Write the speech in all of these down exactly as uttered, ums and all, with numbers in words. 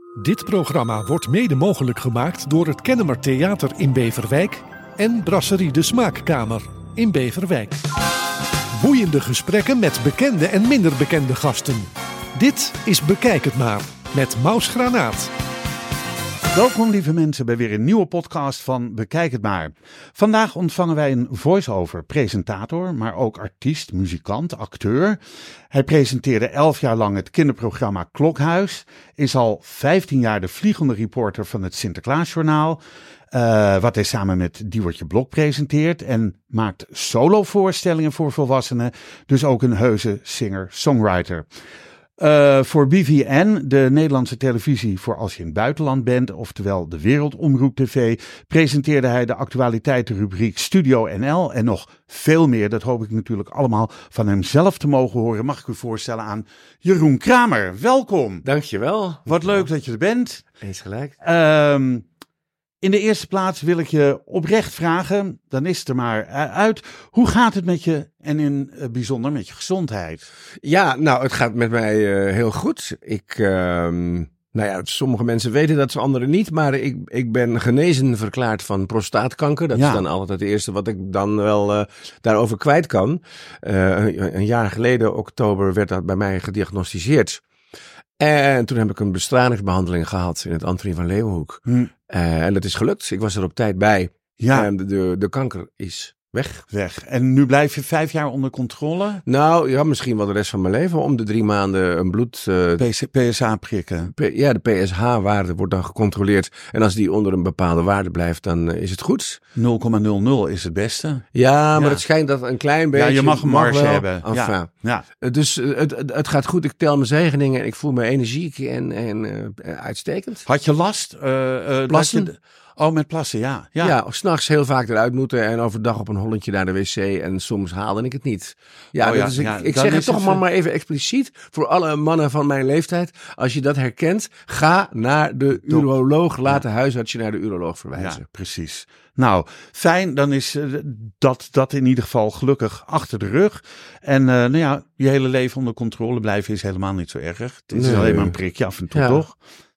Dit programma wordt mede mogelijk gemaakt door het Kennemer Theater in Beverwijk en Brasserie de Smaakkamer in Beverwijk. Boeiende gesprekken met bekende en minder bekende gasten. Dit is Bekijk het maar met Maus Granaat. Welkom lieve mensen bij weer een nieuwe podcast van Bekijk het maar. Vandaag ontvangen wij een voice-over presentator, maar ook artiest, muzikant, acteur. Hij presenteerde elf jaar lang het kinderprogramma Klokhuis, is al vijftien jaar de vliegende reporter van het Sinterklaasjournaal, uh, wat hij samen met Diewertje Blok presenteert en maakt solovoorstellingen voor volwassenen, dus ook een heuse singer-songwriter. Uh, voor B V N, de Nederlandse televisie voor als je in het buitenland bent, oftewel de Wereldomroep T V, presenteerde hij de actualiteitenrubriek Studio N L en nog veel meer. Dat hoop ik natuurlijk allemaal van hem zelf te mogen horen. Mag ik u voorstellen aan Jeroen Kramer. Welkom. Dankjewel. Wat leuk dat je er bent. Eens gelijk. Um, In de eerste plaats wil ik je oprecht vragen, dan is het er maar uit. Hoe gaat het met je en in het bijzonder met je gezondheid? Ja, nou, het gaat met mij uh, heel goed. Ik, uh, nou ja, sommige mensen weten dat, anderen niet. Maar ik, ik ben genezen verklaard van prostaatkanker. Dat ja. is dan altijd het eerste wat ik dan wel uh, daarover kwijt kan. Uh, een, een jaar geleden, oktober, werd dat bij mij gediagnosticeerd. En toen heb ik een bestralingsbehandeling gehad in het Antonie van Leeuwenhoek. Hm. Uh, en dat is gelukt. Ik was er op tijd bij. Ja. En de, de, de kanker is weg. Weg. En nu blijf je vijf jaar onder controle? Nou, ja, misschien wel de rest van mijn leven. Om de drie maanden een bloed... Uh, P S H prikken? P, ja, de P S H-waarde wordt dan gecontroleerd. En als die onder een bepaalde waarde blijft, dan uh, is het goed. nul komma nul nul is het beste. Ja, maar ja. Het schijnt dat een klein beetje... Ja, je mag een marge mag hebben. Enfin, ja. Ja. Uh, dus uh, het, het gaat goed. Ik tel mijn zegeningen en ik voel me energiek en, en uh, uitstekend. Had je last? Uh, uh, Plassen? Je... Oh, met plassen, ja. Ja, ja of 's nachts heel vaak eruit moeten en overdag op een hollentje naar de wc en soms haalde ik het niet. Ja, oh, ja, dus ik, ja ik zeg het toch het... maar, maar even expliciet voor alle mannen van mijn leeftijd. Als je dat herkent, ga naar de uroloog. Laat ja. de huisarts je naar de uroloog verwijzen. Ja, precies. Nou, fijn. Dan is uh, dat, dat in ieder geval gelukkig achter de rug. En uh, nou ja, je hele leven onder controle blijven is helemaal niet zo erg. Het is nee. alleen maar een prikje af en toe, ja. toch?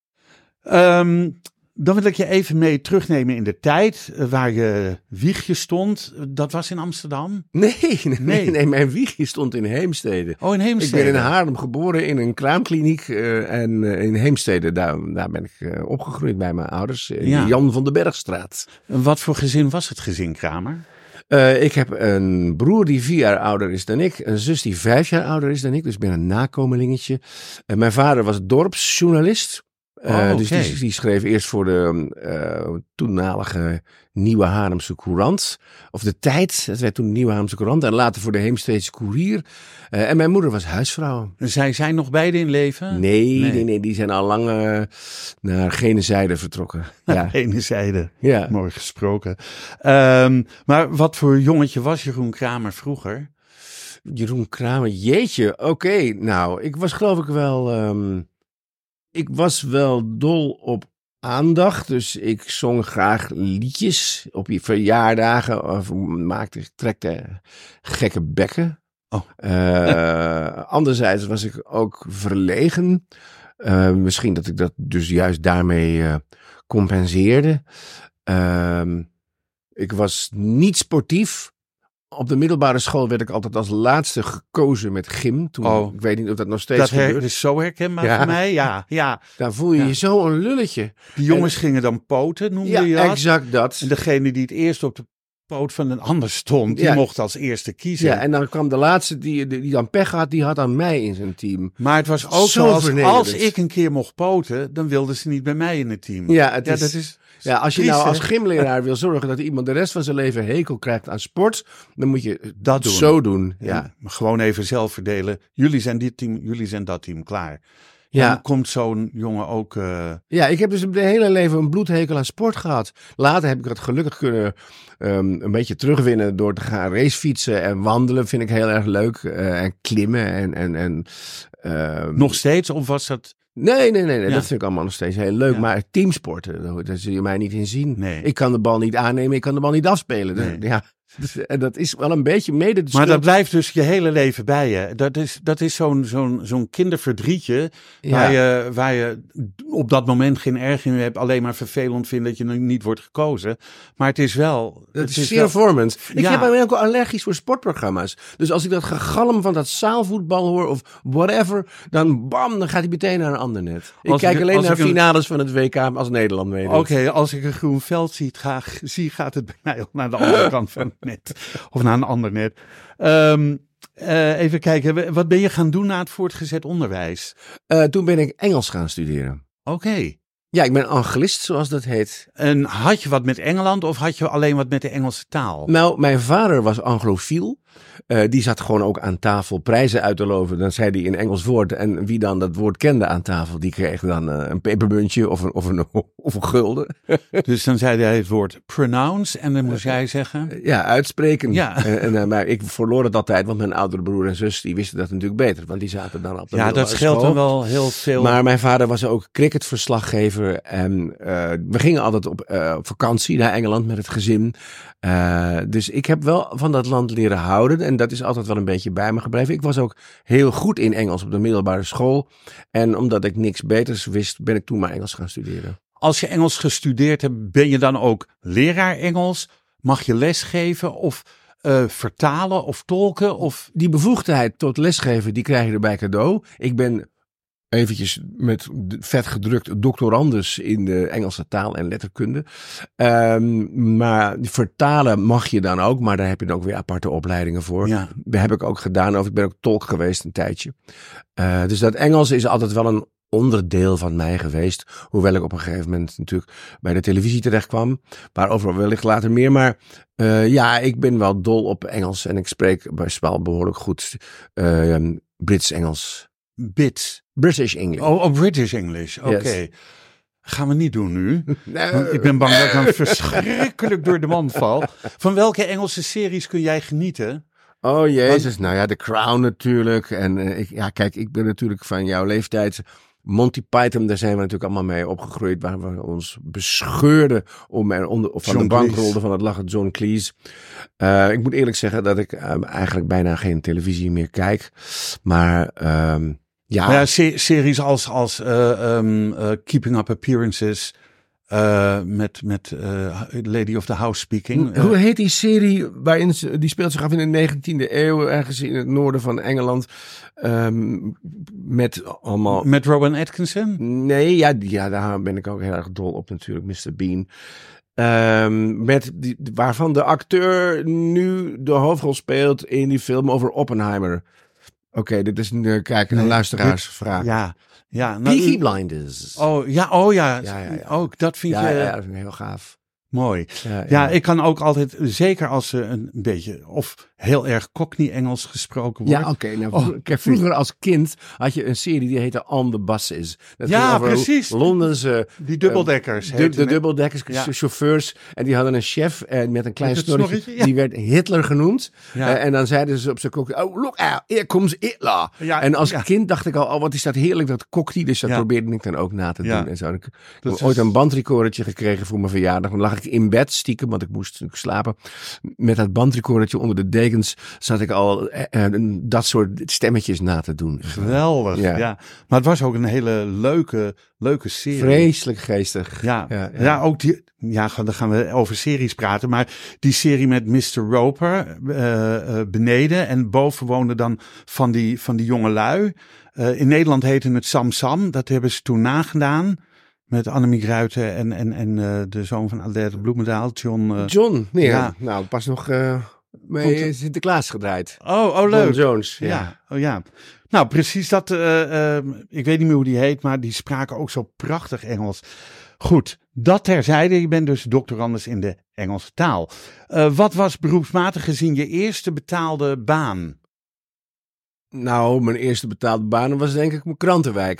Um, Dan wil ik je even mee terugnemen in de tijd waar je wiegje stond. Dat was in Amsterdam? Nee, nee, nee. nee mijn wiegje stond in Heemstede. Oh, in Heemstede. Ik ben in Haarlem geboren in een kraamkliniek uh, en uh, in Heemstede. Daar, daar ben ik uh, opgegroeid bij mijn ouders in ja. de Jan van den Bergstraat. En wat voor gezin was het gezin, Kramer? Uh, ik heb een broer die vier jaar ouder is dan ik. Een zus die vijf jaar ouder is dan ik. Dus ik ben een nakomelingetje. Uh, mijn vader was dorpsjournalist. Uh, oh, okay. Dus die, die schreef eerst voor de uh, toenmalige Nieuwe Haarlemse Courant. Of de Tijd, dat werd toen de Nieuwe Haarlemse Courant. En later voor de Heemstedse Courier. Uh, en mijn moeder was huisvrouw. Zij zijn nog beide in leven? Nee, nee, nee, nee die zijn al lang uh, naar gene zijde vertrokken. Ja. Gene zijde, ja. Mooi gesproken. Um, maar wat voor jongetje was Jeroen Kramer vroeger? Jeroen Kramer, jeetje, oké. Okay. Nou, ik was geloof ik wel... Um, Ik was wel dol op aandacht, dus ik zong graag liedjes op je verjaardagen of maakte, trekte gekke bekken. Oh. Uh, anderzijds was ik ook verlegen. Uh, misschien dat ik dat dus juist daarmee uh, compenseerde. Uh, ik was niet sportief. Op de middelbare school werd ik altijd als laatste gekozen met gym. Toen, oh, ik weet niet of dat nog steeds dat gebeurt. Dat is zo herkenbaar ja. voor mij, ja. ja. Dan voel je ja. je zo een lulletje. Die jongens en, gingen dan poten, noemde ja, je dat? Ja, exact dat. En degene die het eerst op de poot van een ander stond, die ja. mocht als eerste kiezen. Ja, en dan kwam de laatste die, die, die dan pech had, die had dan mij in zijn team. Maar het was ook zo, als, als ik een keer mocht poten, dan wilden ze niet bij mij in het team. Ja, het ja is... dat is Ja, als je triest, nou als hè? gymleraar wil zorgen dat iemand de rest van zijn leven hekel krijgt aan sport, dan moet je dat doen. zo doen. Ja. Ja, gewoon even zelf verdelen. Jullie zijn dit team, jullie zijn dat team, klaar. Ja. Dan komt zo'n jongen ook... Uh... Ja, ik heb dus het hele leven een bloedhekel aan sport gehad. Later heb ik het gelukkig kunnen um, een beetje terugwinnen door te gaan racefietsen en wandelen. Vind ik heel erg leuk. Uh, en klimmen en... en, en uh, Nog steeds? Of was dat... Nee, nee, nee, nee. Ja. Dat vind ik allemaal nog steeds heel leuk. Ja. Maar teamsporten, daar zul je mij niet in zien. Nee. Ik kan de bal niet aannemen, ik kan de bal niet afspelen. Nee. Ja. Dus, en dat is wel een beetje mede de Maar schuld. dat blijft dus je hele leven bij je. Dat is, dat is zo'n, zo'n, zo'n kinderverdrietje Ja. waar, je, waar je op dat moment geen ergernis hebt. Alleen maar vervelend vindt dat je nu niet wordt gekozen. Maar het is wel... Dat het is is zeer wel- vormend. Ik Ja. ben ook allergisch voor sportprogramma's. Dus als ik dat gegalm van dat zaalvoetbal hoor of whatever, dan bam, dan gaat hij meteen naar een ander net. Ik Als kijk ik- alleen als naar ik een- finales van het W K als Nederland meedoet. Oké, als ik een groen veld zie, ga, zie, gaat het bij mij ook naar de andere kant van het net. Of naar een ander net. Ehm, eh, even kijken, wat ben je gaan doen na het voortgezet onderwijs? Uh, toen ben ik Engels gaan studeren. Oké. Ja, ik ben anglist, zoals dat heet. En had je wat met Engeland of had je alleen wat met de Engelse taal? Nou, mijn vader was anglofiel. Uh, die zat gewoon ook aan tafel prijzen uit te loven. Dan zei hij in Engels woord. En wie dan dat woord kende aan tafel, die kreeg dan uh, een pepermuntje of een, of, een, of een gulden. Dus dan zei hij het woord pronounce en dan moest jij zeggen... Ja, uitspreken. Ja. En, en, uh, maar ik verloor het altijd, want mijn oudere broer en zus die wisten dat natuurlijk beter. Want die zaten dan op de Ja, dat scheelt dan wel heel veel. Maar mijn vader was ook cricketverslaggever. En uh, we gingen altijd op, uh, op vakantie naar Engeland met het gezin. Uh, dus ik heb wel van dat land leren houden. En dat is altijd wel een beetje bij me gebleven. Ik was ook heel goed in Engels op de middelbare school. En omdat ik niks beters wist, ben ik toen maar Engels gaan studeren. Als je Engels gestudeerd hebt, ben je dan ook leraar Engels? Mag je lesgeven of uh, vertalen of tolken? Of... Die bevoegdheid tot lesgeven, die krijg je erbij cadeau. Ik ben eventjes met vet gedrukt doctorandus in de Engelse taal en letterkunde. Um, maar vertalen mag je dan ook, maar daar heb je dan ook weer aparte opleidingen voor. Ja. Dat heb ik ook gedaan, of ik ben ook tolk geweest een tijdje. Uh, dus dat Engels is altijd wel een onderdeel van mij geweest. Hoewel ik op een gegeven moment natuurlijk bij de televisie terecht kwam. Waarover wellicht later meer. Maar uh, ja, ik ben wel dol op Engels. En ik spreek best wel behoorlijk goed uh, Brits-Engels. Bits. British English. Oh, oh British English. Oké. Okay. Yes. Gaan we niet doen nu. Want ik ben bang dat ik dan verschrikkelijk door de mand val. Van welke Engelse series kun jij genieten? Oh jezus, Want... nou ja, The Crown natuurlijk. En uh, ik, ja, kijk, ik ben natuurlijk van jouw leeftijd. Monty Python, daar zijn we natuurlijk allemaal mee opgegroeid. Waar we ons bescheurden om er onder, of van John de bank Cleese. rolden van het lachen John Cleese. Uh, ik moet eerlijk zeggen dat ik uh, eigenlijk bijna geen televisie meer kijk. Maar... Um, Ja, ja se- series als, als uh, um, uh, Keeping Up Appearances uh, met, met uh, Lady of the House Speaking. Hoe, hoe heet die serie waarin ze, die speelt zich af in de negentiende eeuw, ergens in het noorden van Engeland, um, met allemaal... Met Rowan Atkinson? Nee, ja, ja, daar ben ik ook heel erg dol op natuurlijk, mister Bean. Um, met die, waarvan de acteur nu de hoofdrol speelt in die film over Oppenheimer. Oké, okay, dit is een uh, kijk, een nee, luisteraarsvraag. Ja, ja. Nou, Peaky Blinders. Oh ja, oh ja. ja, ja, ja. Ook dat vind ja, je. Ja, dat vind ik heel gaaf. Mooi. Ja, ja. ja, ja, ik kan ook altijd, zeker als ze een beetje of heel erg Cockney-Engels gesproken wordt. Ja, oké. Okay, nou, oh, vroeger als kind had je een serie die heette On the Buses. Dat ja, precies. Londense... Die dubbeldekkers. Uh, de, de dubbeldekkers, ja. chauffeurs. En die hadden een chef en met een klein met snorretje. Ja. Die werd Hitler genoemd. Ja. Uh, en dan zeiden ze op zijn kok, oh, look out, here comes Hitler. Ja, en als ja. kind dacht ik al, oh, wat is dat heerlijk, dat Cockney. Dus dat ja. probeerde ik dan ook na te doen. Ja. En zo. Ik heb ooit een bandrecordertje gekregen voor mijn verjaardag. Dan lag ik in bed, stiekem, want ik moest natuurlijk slapen. Met dat bandrecordertje onder de dekens zat ik al uh, uh, dat soort stemmetjes na te doen. Geweldig, ja. ja. Maar het was ook een hele leuke, leuke serie. Vreselijk geestig. Ja, ja, ja. ja ook die... Ja, dan gaan we over series praten. Maar die serie met mister Roper uh, uh, beneden en boven woonden dan van die, van die jonge lui. Uh, in Nederland heette het Sam Sam. Dat hebben ze toen nagedaan. Met Annemie Gruiten en, en, en uh, de zoon van Adèle Bloemendaal, John. Uh, John, nee, ja. Nou, pas nog uh, mee Sinterklaas gedraaid. Oh, oh leuk. John Jones, ja. ja. Oh ja. Nou, precies dat. Uh, uh, ik weet niet meer hoe die heet, maar die spraken ook zo prachtig Engels. Goed, dat terzijde. Je bent dus doctorandus in de Engelse taal. Uh, wat was beroepsmatig gezien je eerste betaalde baan? Nou, mijn eerste betaalde baan was denk ik mijn krantenwijk.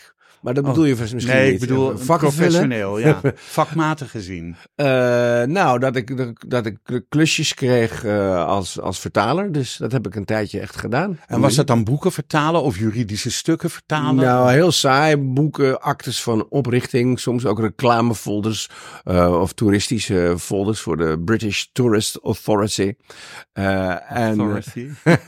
Maar dat bedoel je misschien niet. Nee, ik bedoel Vakken professioneel, ja. Vakmatig gezien. Uh, nou, dat ik, dat ik klusjes kreeg uh, als, als vertaler. Dus dat heb ik een tijdje echt gedaan. En was dat dan boeken vertalen of juridische stukken vertalen? Nou, heel saai. Boeken, actes van oprichting. Soms ook reclamefolders uh, of toeristische folders voor de British Tourist Authority. Uh, en, Authority.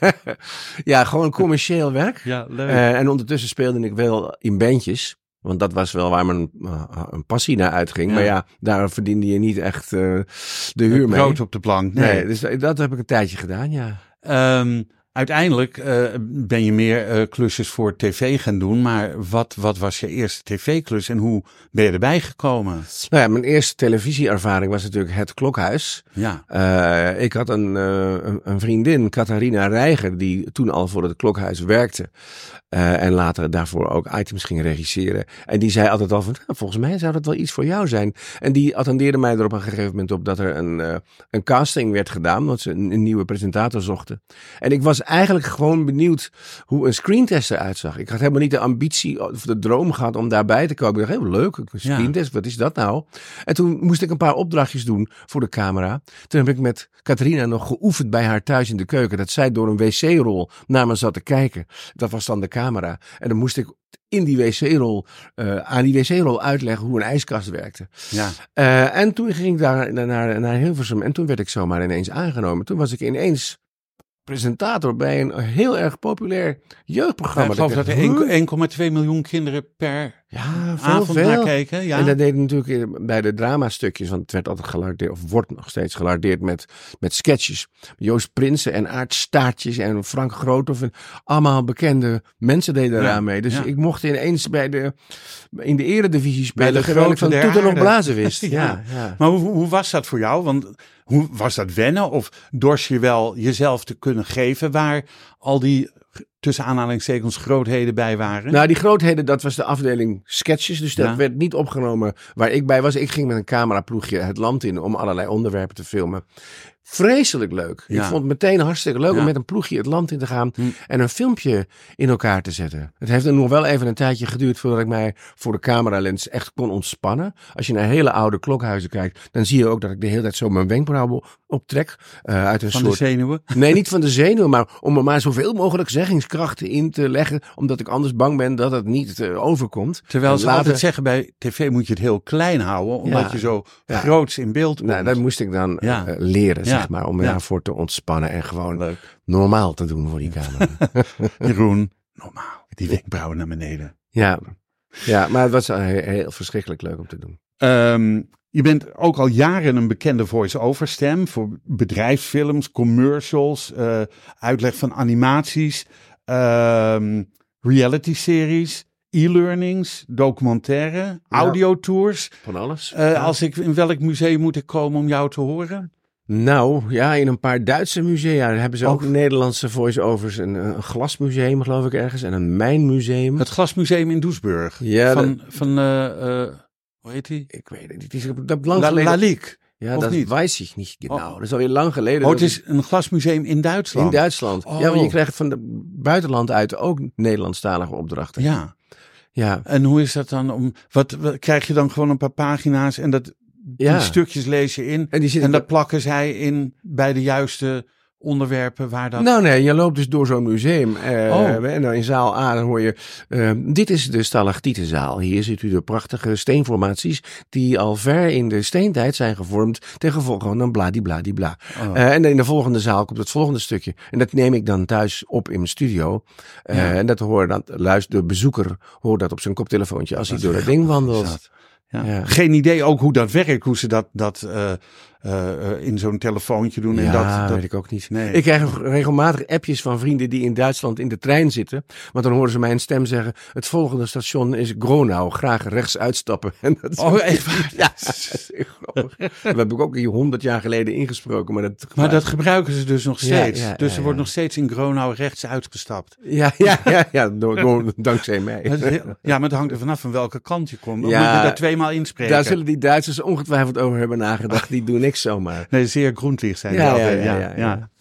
ja, gewoon commercieel werk. Ja, leuk. Uh, en ondertussen speelde ik wel in bandjes. Want dat was wel waar mijn uh, een passie naar uitging. Ja. Maar ja, daar verdiende je niet echt uh, de huur mee. Brood op de plank. Nee, nee dus dat heb ik een tijdje gedaan, ja. Um, uiteindelijk uh, ben je meer uh, klusjes voor tv gaan doen. Maar wat, wat was je eerste tv-klus en hoe ben je erbij gekomen? Nou ja, mijn eerste televisieervaring was natuurlijk Het Klokhuis. Ja. Uh, ik had een, uh, een, een vriendin, Catharina Reiger, die toen al voor Het Klokhuis werkte. Uh, en later daarvoor ook items ging regisseren. En die zei altijd al van, nou, volgens mij zou dat wel iets voor jou zijn. En die attendeerde mij er op een gegeven moment op dat er een, uh, een casting werd gedaan. Want ze een, een nieuwe presentator zochten. En ik was eigenlijk gewoon benieuwd hoe een screentest eruit zag. Ik had helemaal niet de ambitie of de droom gehad om daarbij te komen. Ik dacht, heel leuk, een screentest, ja. Wat is dat nou? En toen moest ik een paar opdrachtjes doen voor de camera. Toen heb ik met Catharina nog geoefend bij haar thuis in de keuken. Dat zij door een wc-rol naar me zat te kijken. Dat was dan de camera. En dan moest ik in die wc-rol, uh, aan die wc-rol uitleggen hoe een ijskast werkte. Ja. Uh, en toen ging ik daar naar, naar, naar Hilversum en toen werd ik zomaar ineens aangenomen. Toen was ik ineens presentator bij een heel erg populair jeugdprogramma. Ja, ik geloof dat er één komma twee miljoen kinderen per ja, veel, avond veel. naar keken. Ja. En dat deed ik natuurlijk bij de dramastukjes, want het werd altijd gelardeerd, of wordt nog steeds gelardeerd met, met sketches. Joost Prinsen en Aart Staartjes en Frank Groothoff en allemaal bekende mensen deden eraan ja, mee. Dus ja. ik mocht ineens bij de, in de eredivisie spelen, bij de terwijl ik van toeter nog blazen wist. ja. Ja, ja. Maar hoe, hoe was dat voor jou? Want hoe was dat wennen? Of dorst je wel jezelf te kunnen geven waar al die tussen aanhalingstekens grootheden bij waren? Nou, die grootheden, dat was de afdeling sketches. Dus dat ja. werd niet opgenomen waar ik bij was. Ik ging met een cameraploegje het land in om allerlei onderwerpen te filmen. Vreselijk leuk. Ja. Ik vond het meteen hartstikke leuk ja. om met een ploegje het land in te gaan hm. en een filmpje in elkaar te zetten. Het heeft er nog wel even een tijdje geduurd voordat ik mij voor de cameralens echt kon ontspannen. Als je naar hele oude klokhuizen kijkt, dan zie je ook dat ik de hele tijd zo mijn wenkbrauwen optrek. Uh, uit een van soort... de zenuwen? Nee, niet van de zenuwen, maar om er maar zoveel mogelijk zeggingskrachten in te leggen, omdat ik anders bang ben dat het niet uh, overkomt. Terwijl ze later... altijd zeggen, bij tv moet je het heel klein houden, omdat ja. je zo ja. groots in beeld komt. Nou, dat moest ik dan ja. uh, leren, ja. zeg maar, om ja. daarvoor te ontspannen en gewoon leuk. Normaal te doen voor die camera. Jeroen, normaal. Die wenkbrauwen naar beneden. Ja, ja, maar het was heel, heel verschrikkelijk leuk om te doen. Um, je bent ook al jaren een bekende voice-over stem voor bedrijfsfilms, commercials, uh, uitleg van animaties, uh, reality-series, e-learnings, documentaire, ja. audiotours. Van alles. Uh, ja. Als ik, in welk museum moet ik komen om jou te horen? Nou, ja, in een paar Duitse musea hebben ze ook, ook Nederlandse voice-overs. Een, een glasmuseum, geloof ik, ergens. En een mijnmuseum. Het glasmuseum in Doesburg. Ja. Van, dat... van uh, uh, hoe heet die? Ik weet het niet. Die is dat lang La, geleden. Lalique. Ja, of dat niet? weet ik niet genau. Oh. Dat is alweer lang geleden. Oh, het is een glasmuseum in Duitsland? In Duitsland. Oh. Ja, want je krijgt van het buitenland uit ook Nederlandstalige opdrachten. Ja. Ja. En hoe is dat dan? Om, wat, wat krijg je dan gewoon een paar pagina's en dat... Die ja. stukjes lees je in en, die en dat plakken zij in bij de juiste onderwerpen waar dat... Nou nee, je loopt dus door zo'n museum uh, oh. en dan in zaal A dan hoor je... Uh, dit is de stalactietenzaal. Hier ziet u de prachtige steenformaties die al ver in de steentijd zijn gevormd ten gevolge van een bladibladibla. Oh. Uh, en in de volgende zaal komt het volgende stukje. En dat neem ik dan thuis op in mijn studio. Uh, ja. En dat hoor dan, luister, de bezoeker hoort dat op zijn koptelefoontje als dat hij door het ding wandelt. Ja. Ja. Geen idee ook hoe dat werkt, hoe ze dat, dat uh, uh, in zo'n telefoontje doen. En ja, dat, dat weet ik ook niet. Nee. Ik krijg regelmatig appjes van vrienden die in Duitsland in de trein zitten. Want dan horen ze mijn stem zeggen, het volgende station is Gronau, graag rechts uitstappen. En dat oh, echt waar? Ja, dat is grappig. Dat heb ik ook hier honderd jaar geleden ingesproken. Maar dat, maar dat gebruiken ze dus nog steeds. Ja, ja, dus ja, er ja. wordt nog steeds in Gronau rechts uitgestapt. Ja, ja, ja, ja door, door, dankzij mij. Heel, ja, maar het hangt er vanaf van welke kant je komt. Dan ja, moet je daar tweemaal inspreken. Daar zullen die Duitsers ongetwijfeld over hebben nagedacht. Die doen niks zomaar. Nee, zeer grondlicht zijn ja, die ja, altijd. Ja, ja, ja, ja,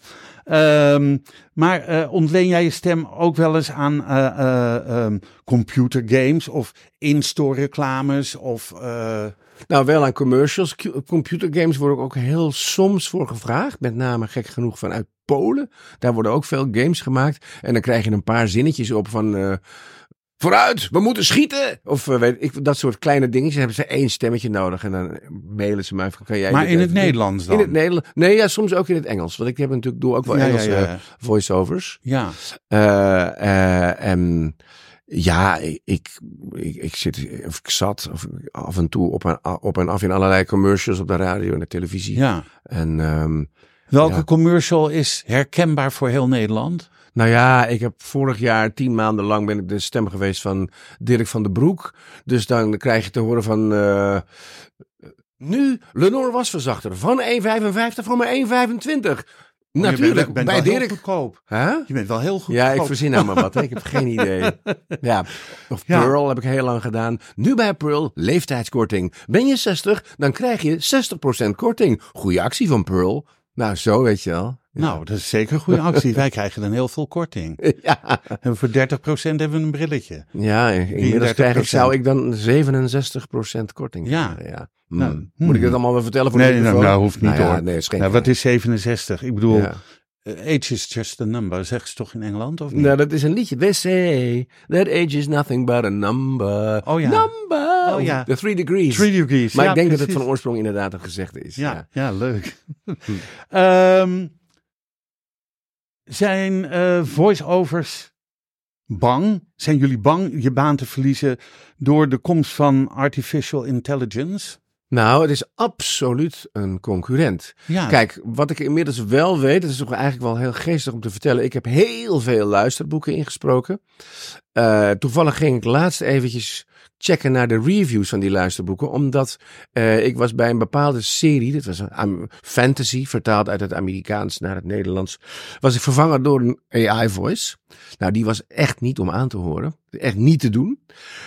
Um, maar uh, ontleen jij je stem ook wel eens aan uh, uh, um, computergames of in-store reclames of... Uh... Nou, wel aan commercials. Computergames worden ook heel soms voor gevraagd. Met name gek genoeg vanuit Polen. Daar worden ook veel games gemaakt. En dan krijg je een paar zinnetjes op van... Uh, vooruit, we moeten schieten! Of uh, weet ik, dat soort kleine dingetjes. Hebben ze één stemmetje nodig. En dan mailen ze mij. Kan jij maar in het Nederlands dan? In het Nederlands. Nee, ja, soms ook in het Engels. Want ik heb natuurlijk doe ook wel ja, Engelse ja, ja. voice-overs. Ja. Uh, uh, en... Ja, ik, ik, ik zit, of ik zat of af en toe op en, op en af in allerlei commercials op de radio en de televisie. Ja. En, um, Welke ja. commercial is herkenbaar voor heel Nederland? Nou ja, ik heb vorig jaar tien maanden lang ben ik de stem geweest van Dirk van den Broek. Dus dan krijg je te horen van... Uh, nu, Lenore wasverzachter van één vijfenvijftig voor maar één vijfentwintig. Oh, Natuurlijk, je bent, bent bij wel Dirk. heel goedkoop. Huh? Je bent wel heel goed. Ja, ik verzin nou maar wat. Hè? Ik heb geen idee. Ja. Of Pearl ja. heb ik heel lang gedaan. Nu bij Pearl, leeftijdskorting. Ben je zestig, dan krijg je zestig procent korting. Goeie actie van Pearl. Nou, zo weet je wel. Ja. Nou, dat is zeker een goede actie. Wij krijgen dan heel veel korting. Ja. En voor dertig procent hebben we een brilletje. Ja, inmiddels krijg ik, zou ik dan zevenenzestig procent korting ja. ja. Hmm. Nou, Moet hmm. ik dat allemaal weer vertellen voor nee, de nou, nou, hoeft niet nou, hoor. Ja, nee, is geen nou, wat is zevenenzestig? Ik bedoel, ja. age is just a number. Zeggen ze toch in Engeland of niet? Nou, dat is een liedje. They say that age is nothing but a number. Oh ja. Number. Oh ja. The three degrees. Three degrees. Maar ja, ik denk precies. dat het van oorsprong inderdaad een gezegde is. Ja, ja. ja leuk. hm. um, zijn uh, voice-overs bang? Zijn jullie bang je baan te verliezen door de komst van artificial intelligence? Nou, het is absoluut een concurrent. Ja. Kijk, wat ik inmiddels wel weet, dat is toch eigenlijk wel heel geestig om te vertellen. Ik heb heel veel luisterboeken ingesproken. Uh, toevallig ging ik laatst eventjes checken naar de reviews van die luisterboeken. Omdat uh, ik was bij een bepaalde serie, dit was een um, fantasy, vertaald uit het Amerikaans naar het Nederlands. Was ik vervangen door een A I voice. Nou, die was echt niet om aan te horen. Echt niet te doen.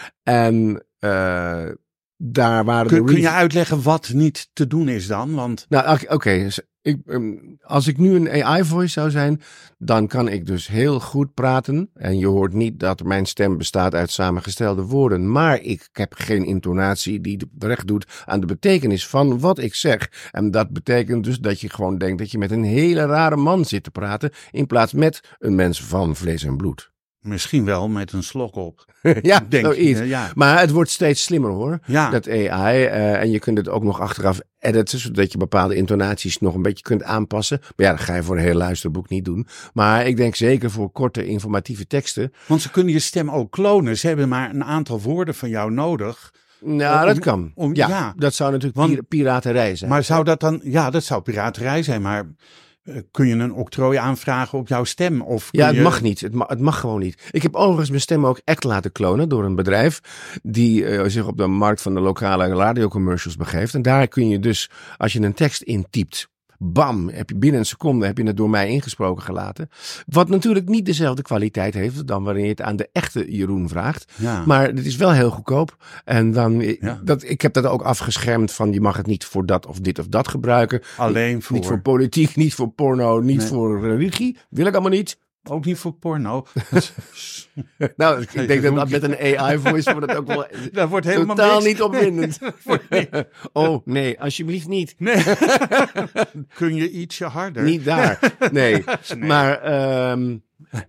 En... Uh, Daar waren kun, de kun je uitleggen wat niet te doen is dan? Want... Nou, oké. Okay, dus um, als ik nu een A I-voice zou zijn, dan kan ik dus heel goed praten. En je hoort niet dat mijn stem bestaat uit samengestelde woorden. Maar ik heb geen intonatie die recht doet aan de betekenis van wat ik zeg. En dat betekent dus dat je gewoon denkt dat je met een hele rare man zit te praten, in plaats met een mens van vlees en bloed. Misschien wel met een slok op. Ja, denk zoiets. je, ja. Maar het wordt steeds slimmer hoor, ja. dat A I. Uh, en je kunt het ook nog achteraf editen, zodat je bepaalde intonaties nog een beetje kunt aanpassen. Maar ja, dat ga je voor een heel luisterboek niet doen. Maar ik denk zeker voor korte informatieve teksten. Want ze kunnen je stem ook klonen. Ze hebben maar een aantal woorden van jou nodig. Nou, om, dat kan. Om, ja, ja, dat zou natuurlijk want, pir- piraterij zijn. Maar zou dat dan... Ja, dat zou piraterij zijn, maar... Kun je een octrooi aanvragen op jouw stem? Of kun ja, het je... mag niet. Het mag, het mag gewoon niet. Ik heb overigens mijn stem ook echt laten klonen door een bedrijf die uh, zich op de markt van de lokale radiocommercials begeeft. En daar kun je dus, als je een tekst intypt, bam, heb je binnen een seconde heb je het door mij ingesproken gelaten. Wat natuurlijk niet dezelfde kwaliteit heeft dan wanneer je het aan de echte Jeroen vraagt. Ja. Maar het is wel heel goedkoop. En dan, ja. dat, ik heb dat ook afgeschermd van je mag het niet voor dat of dit of dat gebruiken. Alleen voor... Niet voor politiek, niet voor porno, niet nee. voor religie. Wil ik allemaal niet. Ook niet voor porno. Nou, ik denk dat, dat met een A I-voice wordt het ook wel dat wordt helemaal totaal niks. niet opwindend. Oh, nee, alsjeblieft niet. Nee. Kun je ietsje harder? Niet daar, nee. nee. Maar um,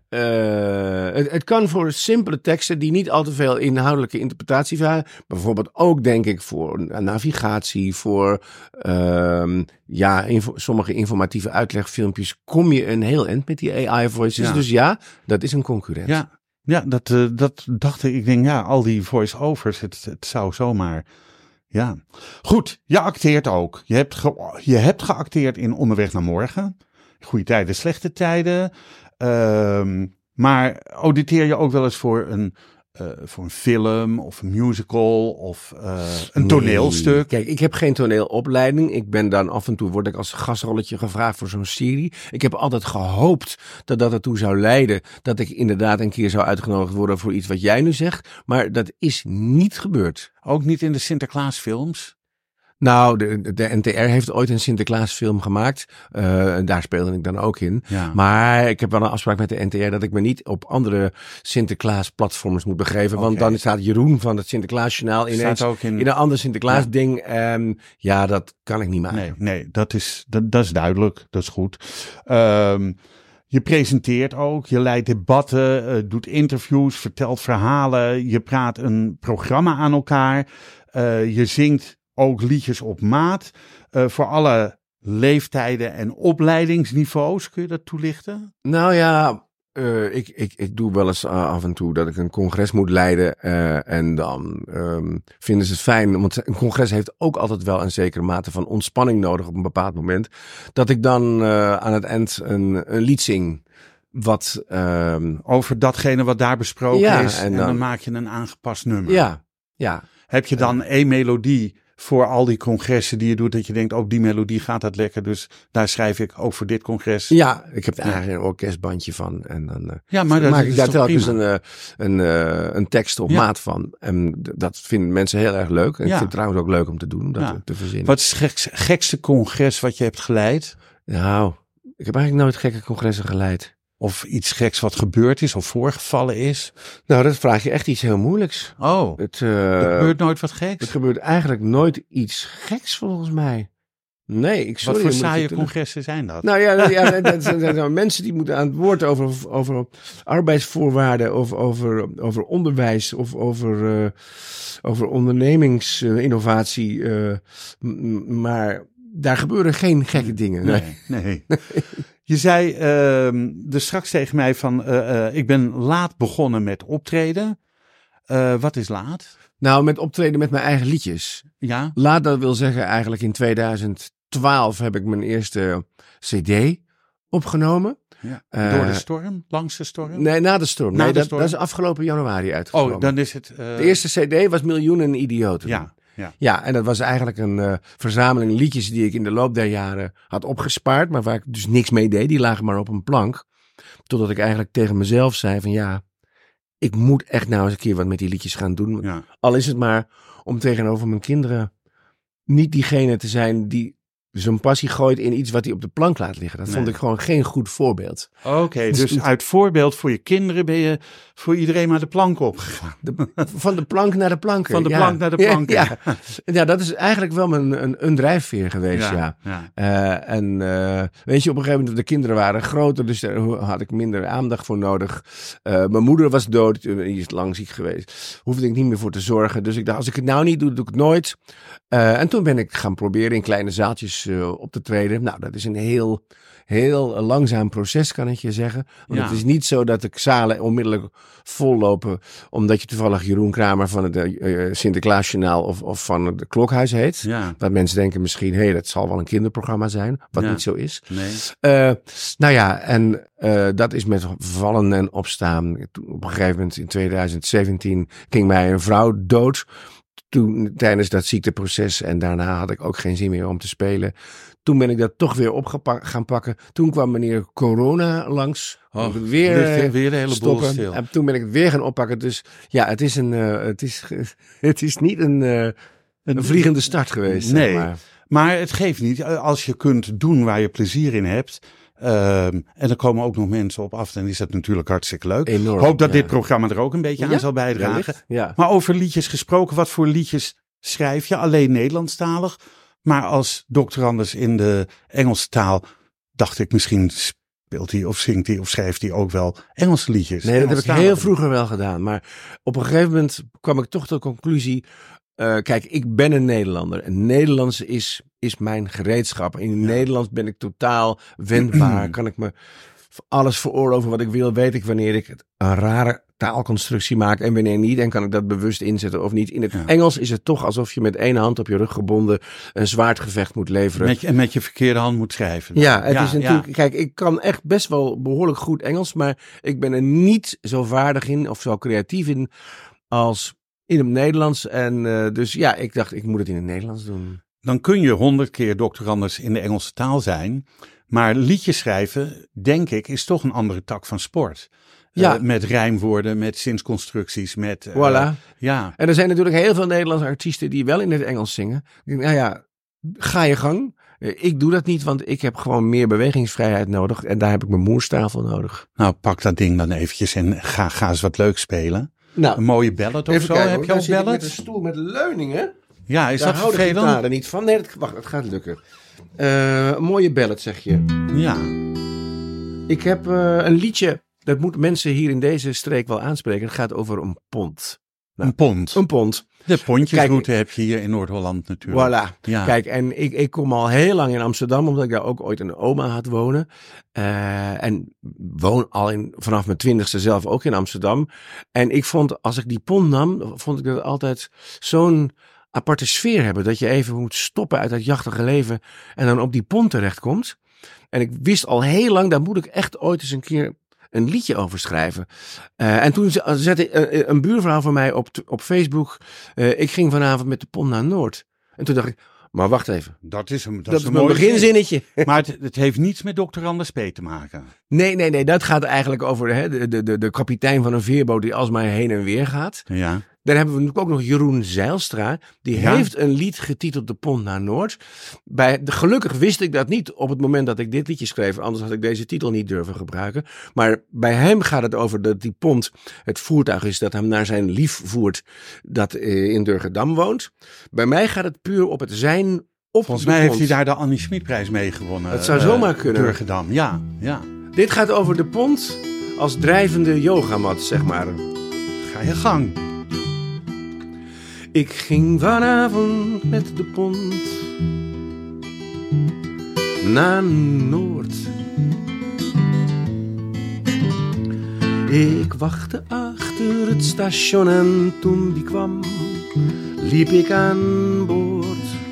uh, het, het kan voor simpele teksten die niet al te veel inhoudelijke interpretatie vragen. Bijvoorbeeld ook, denk ik, voor navigatie, voor um, ja, info, sommige informatieve uitlegfilmpjes kom je een heel eind met die A I-voices. Ja. Dus ja, dat is een concurrent. Ja, ja dat, uh, dat dacht ik. Ik denk, ja, al die voice-overs, het, het zou zomaar... Ja, goed. Je acteert ook. Je hebt, ge, je hebt geacteerd in Onderweg naar Morgen. Goede tijden, slechte tijden. Uh, maar auditeer je ook wel eens voor een, uh, voor een film of een musical of uh, een nee. toneelstuk? Kijk, ik heb geen toneelopleiding. Ik ben dan af en toe, word ik als gastrolletje gevraagd voor zo'n serie. Ik heb altijd gehoopt dat dat ertoe zou leiden dat ik inderdaad een keer zou uitgenodigd worden voor iets wat jij nu zegt. Maar dat is niet gebeurd. Ook niet in de Sinterklaasfilms? Nou, de, de N T R heeft ooit een Sinterklaasfilm gemaakt. Uh, en daar speelde ik dan ook in. Ja. Maar ik heb wel een afspraak met de N T R dat ik me niet op andere Sinterklaas-platforms moet begeven. Okay. Want dan staat Jeroen van het Sinterklaasjournaal ineens ook in... in een ander Sinterklaas-ding. Ja. Um, ja, dat kan ik niet maken. Nee, nee dat, is, dat, dat is duidelijk. Dat is goed. Um, je presenteert ook, je leidt debatten, uh, doet interviews, vertelt verhalen. Je praat een programma aan elkaar. Uh, je zingt ook liedjes op maat uh, voor alle leeftijden en opleidingsniveaus. Kun je dat toelichten? Nou ja, uh, ik, ik, ik doe wel eens uh, af en toe dat ik een congres moet leiden. Uh, en dan um, vinden ze het fijn, want een congres heeft ook altijd wel een zekere mate van ontspanning nodig op een bepaald moment. Dat ik dan uh, aan het eind een, een lied zing. Wat, um, over datgene wat daar besproken ja, is. En, en dan, dan maak je een aangepast nummer. Ja, ja. Heb je dan één melodie voor al die congressen die je doet, dat je denkt, ook die melodie gaat dat lekker, dus daar schrijf ik ook voor dit congres. Ja, ik heb er eigenlijk een orkestbandje van. En dan uh, ja, maar dat maak is ik daar telkens een, een, een, uh, een tekst op ja. maat van. En dat vinden mensen heel erg leuk. En ja. ik vind het trouwens ook leuk om te doen, dat ja. te verzinnen. Wat is het gekste, gekste congres wat je hebt geleid? Nou, ik heb eigenlijk nooit gekke congressen geleid. Of iets geks wat gebeurd is of voorgevallen is? Nou, dat vraag je echt iets heel moeilijks. Oh, het, uh, er gebeurt nooit wat geks? Er gebeurt eigenlijk nooit iets geks volgens mij. Nee, ik sorry. Wat voor saaie congressen zijn dat? Nou ja, ja dat zijn, dat zijn mensen die moeten aan het woord over, over arbeidsvoorwaarden, of over, over onderwijs, of over, uh, over ondernemingsinnovatie. Uh, m- maar daar gebeuren geen gekke dingen. Nee, nee. nee. Je zei uh, dus straks tegen mij van, uh, uh, ik ben laat begonnen met optreden. Uh, wat is laat? Nou, met optreden met mijn eigen liedjes. Ja. Laat, dat wil zeggen eigenlijk in tweeduizend twaalf heb ik mijn eerste cd opgenomen. Ja. Uh, Door de storm? Langs de storm? Nee, na de storm. Na nee, de dat, storm? dat is afgelopen januari uitgekomen. Oh, dan is het... Uh... De eerste cd was Miljoenen Idioten. Ja. Ja. ja, en dat was eigenlijk een uh, verzameling liedjes die ik in de loop der jaren had opgespaard, maar waar ik dus niks mee deed. Die lagen maar op een plank. Totdat ik eigenlijk tegen mezelf zei van ja, ik moet echt nou eens een keer wat met die liedjes gaan doen. Ja. Al is het maar om tegenover mijn kinderen niet diegene te zijn die zijn passie gooit in iets wat hij op de plank laat liggen. Dat nee. vond ik gewoon geen goed voorbeeld. Oké, okay, dus, dus uit voorbeeld voor je kinderen ben je voor iedereen maar de plank opgegaan. De, van de plank naar de planken. Van de ja. plank naar de planken. Ja, ja. ja, dat is eigenlijk wel een, een, een drijfveer geweest, ja. ja. ja. Uh, en uh, weet je, op een gegeven moment, de kinderen waren groter, dus daar had ik minder aandacht voor nodig. Uh, mijn moeder was dood, die is lang ziek geweest. Hoefde ik niet meer voor te zorgen. Dus ik dacht, als ik het nou niet doe, doe ik het nooit. Uh, en toen ben ik gaan proberen in kleine zaaltjes uh, op te treden. Nou, dat is een heel, heel langzaam proces, kan ik je zeggen. Want ja. het is niet zo dat de zalen onmiddellijk vollopen, omdat je toevallig Jeroen Kramer van het uh, Sinterklaasjournaal of, of van het Klokhuis heet. Ja. Dat mensen denken misschien, hé, hey, dat zal wel een kinderprogramma zijn, wat ja. niet zo is. Nee. Uh, nou ja, en uh, dat is met vallen en opstaan. Op een gegeven moment in tweeduizend zeventien ging mij een vrouw dood. Toen, tijdens dat ziekteproces, en daarna had ik ook geen zin meer om te spelen. Toen ben ik dat toch weer op gaan pakken. Toen kwam meneer Corona langs. Oh, weer, weer de hele stoppen. boel stil. En toen ben ik het weer gaan oppakken. Dus ja, het is, een, uh, het is, het is niet een, uh, een vliegende start geweest. Nee, zeg maar. maar het geeft niet. Als je kunt doen waar je plezier in hebt. Uh, en er komen ook nog mensen op af. Dan is dat natuurlijk hartstikke leuk. Enorm, hoop dat ja. dit programma er ook een beetje ja, aan zal bijdragen. Ja. Maar over liedjes gesproken. Wat voor liedjes schrijf je? Alleen Nederlandstalig. Maar als doctorandus in de Engelse taal dacht ik misschien speelt hij of zingt hij of schrijft hij ook wel Engelse liedjes. Nee, dat heb ik heel vroeger wel gedaan. Maar op een gegeven moment kwam ik toch tot de conclusie. Uh, kijk, ik ben een Nederlander. En Nederlands is, is mijn gereedschap. In het ja. Nederlands ben ik totaal wendbaar. Kan ik me alles veroorloven wat ik wil. Weet ik wanneer ik een rare taalconstructie maak en wanneer niet. En kan ik dat bewust inzetten of niet. In het ja. Engels is het toch alsof je met één hand op je rug gebonden een zwaardgevecht moet leveren. Met je, en met je verkeerde hand moet schrijven. Ja, het ja, is natuurlijk. Ja. Kijk, ik kan echt best wel behoorlijk goed Engels. Maar ik ben er niet zo vaardig in of zo creatief in als in het Nederlands. En uh, dus ja, ik dacht, ik moet het in het Nederlands doen. Dan kun je honderd keer doctorandus in de Engelse taal zijn. Maar liedjes schrijven, denk ik, is toch een andere tak van sport. Ja. Uh, met rijmwoorden, met zinsconstructies, met... Uh, voilà. Ja. En er zijn natuurlijk heel veel Nederlandse artiesten die wel in het Engels zingen. Nou ja, ga je gang. Ik doe dat niet, want ik heb gewoon meer bewegingsvrijheid nodig. En daar heb ik mijn moerstafel nodig. Nou, pak dat ding dan eventjes en ga, ga eens wat leuk spelen. Nou, een mooie ballad of even zo. kijken, heb je ook ballad? Met een stoel met leuningen. Ja, is daar dat hou de vervelend? gitaar er niet van. Nee, dat, wacht, het gaat lukken. Uh, een mooie ballad, zeg je. Ja. Ik heb uh, een liedje, dat moeten mensen hier in deze streek wel aanspreken. Het gaat over een pont. Nou, een pont? Een pont. De pontjesroute heb je hier in Noord-Holland natuurlijk. Voilà. Ja. Kijk, en ik, ik kom al heel lang in Amsterdam, omdat ik daar ook ooit een oma had wonen. Uh, en woon al in, vanaf mijn twintigste zelf ook in Amsterdam. En ik vond, als ik die pont nam, vond ik dat altijd zo'n aparte sfeer hebben. Dat je even moet stoppen uit dat jachtige leven en dan op die pont terechtkomt. En ik wist al heel lang, daar moet ik echt ooit eens een keer een liedje over schrijven. Uh, en toen zette uh, een buurvrouw van mij op, op Facebook, uh, ik ging vanavond met de pont naar Noord. En toen dacht ik, maar wacht even. Dat is een, dat dat is is een mijn mooi beginzinnetje. Maar het, het heeft niets met dokter Anders P. te maken. Nee, nee, nee. Dat gaat eigenlijk over hè, de, de, de, de kapitein van een veerboot die alsmaar heen en weer gaat. Ja. Dan hebben we natuurlijk ook nog Jeroen Zijlstra. Die ja. heeft een lied getiteld De Pont naar Noord. Bij, de, gelukkig wist ik dat niet op het moment dat ik dit liedje schreef. Anders had ik deze titel niet durven gebruiken. Maar bij hem gaat het over dat die pont het voertuig is dat hem naar zijn lief voert. Dat uh, in Durgedam woont. Bij mij gaat het puur op het zijn op Volgens de mij pont. heeft hij daar de Annie Schmidprijs mee gewonnen. Dat zou zomaar uh, kunnen. Durgedam, ja, ja. Dit gaat over de pont als drijvende yogamat, zeg maar. Ga je gang. Ik ging vanavond met de pont naar Noord. Ik wachtte achter het station en toen die kwam, liep ik aan boord.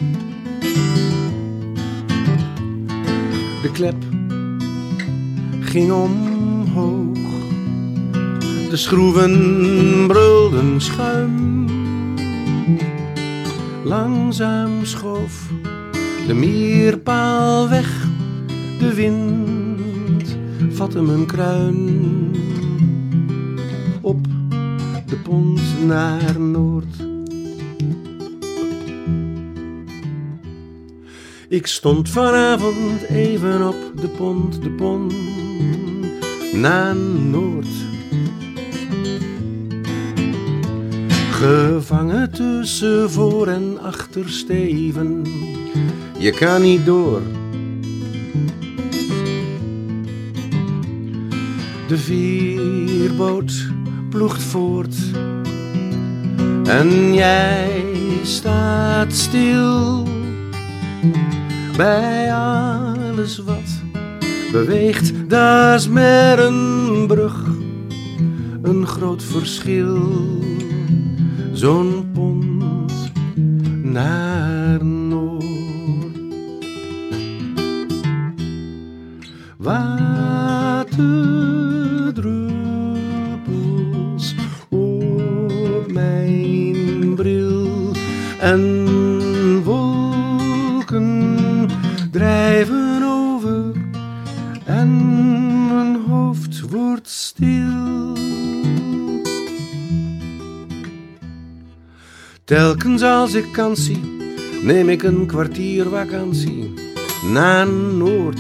De klep ging omhoog, de schroeven brulden schuim. Langzaam schoof de mierpaal weg, de wind vatte mijn kruin. Op de pont naar Noord. Ik stond vanavond even op de pont, de pont naar Noord. Gevangen tussen voor- en achtersteven, je kan niet door. De veerboot ploegt voort en jij staat stil. Bij alles wat beweegt, dat is met een brug een groot verschil. Zo'n pont naar Noord. Waterdruppels op mijn bril en wolken drijven over en mijn hoofd wordt stil. Telkens als ik kans zie, neem ik een kwartier vakantie naar Noord.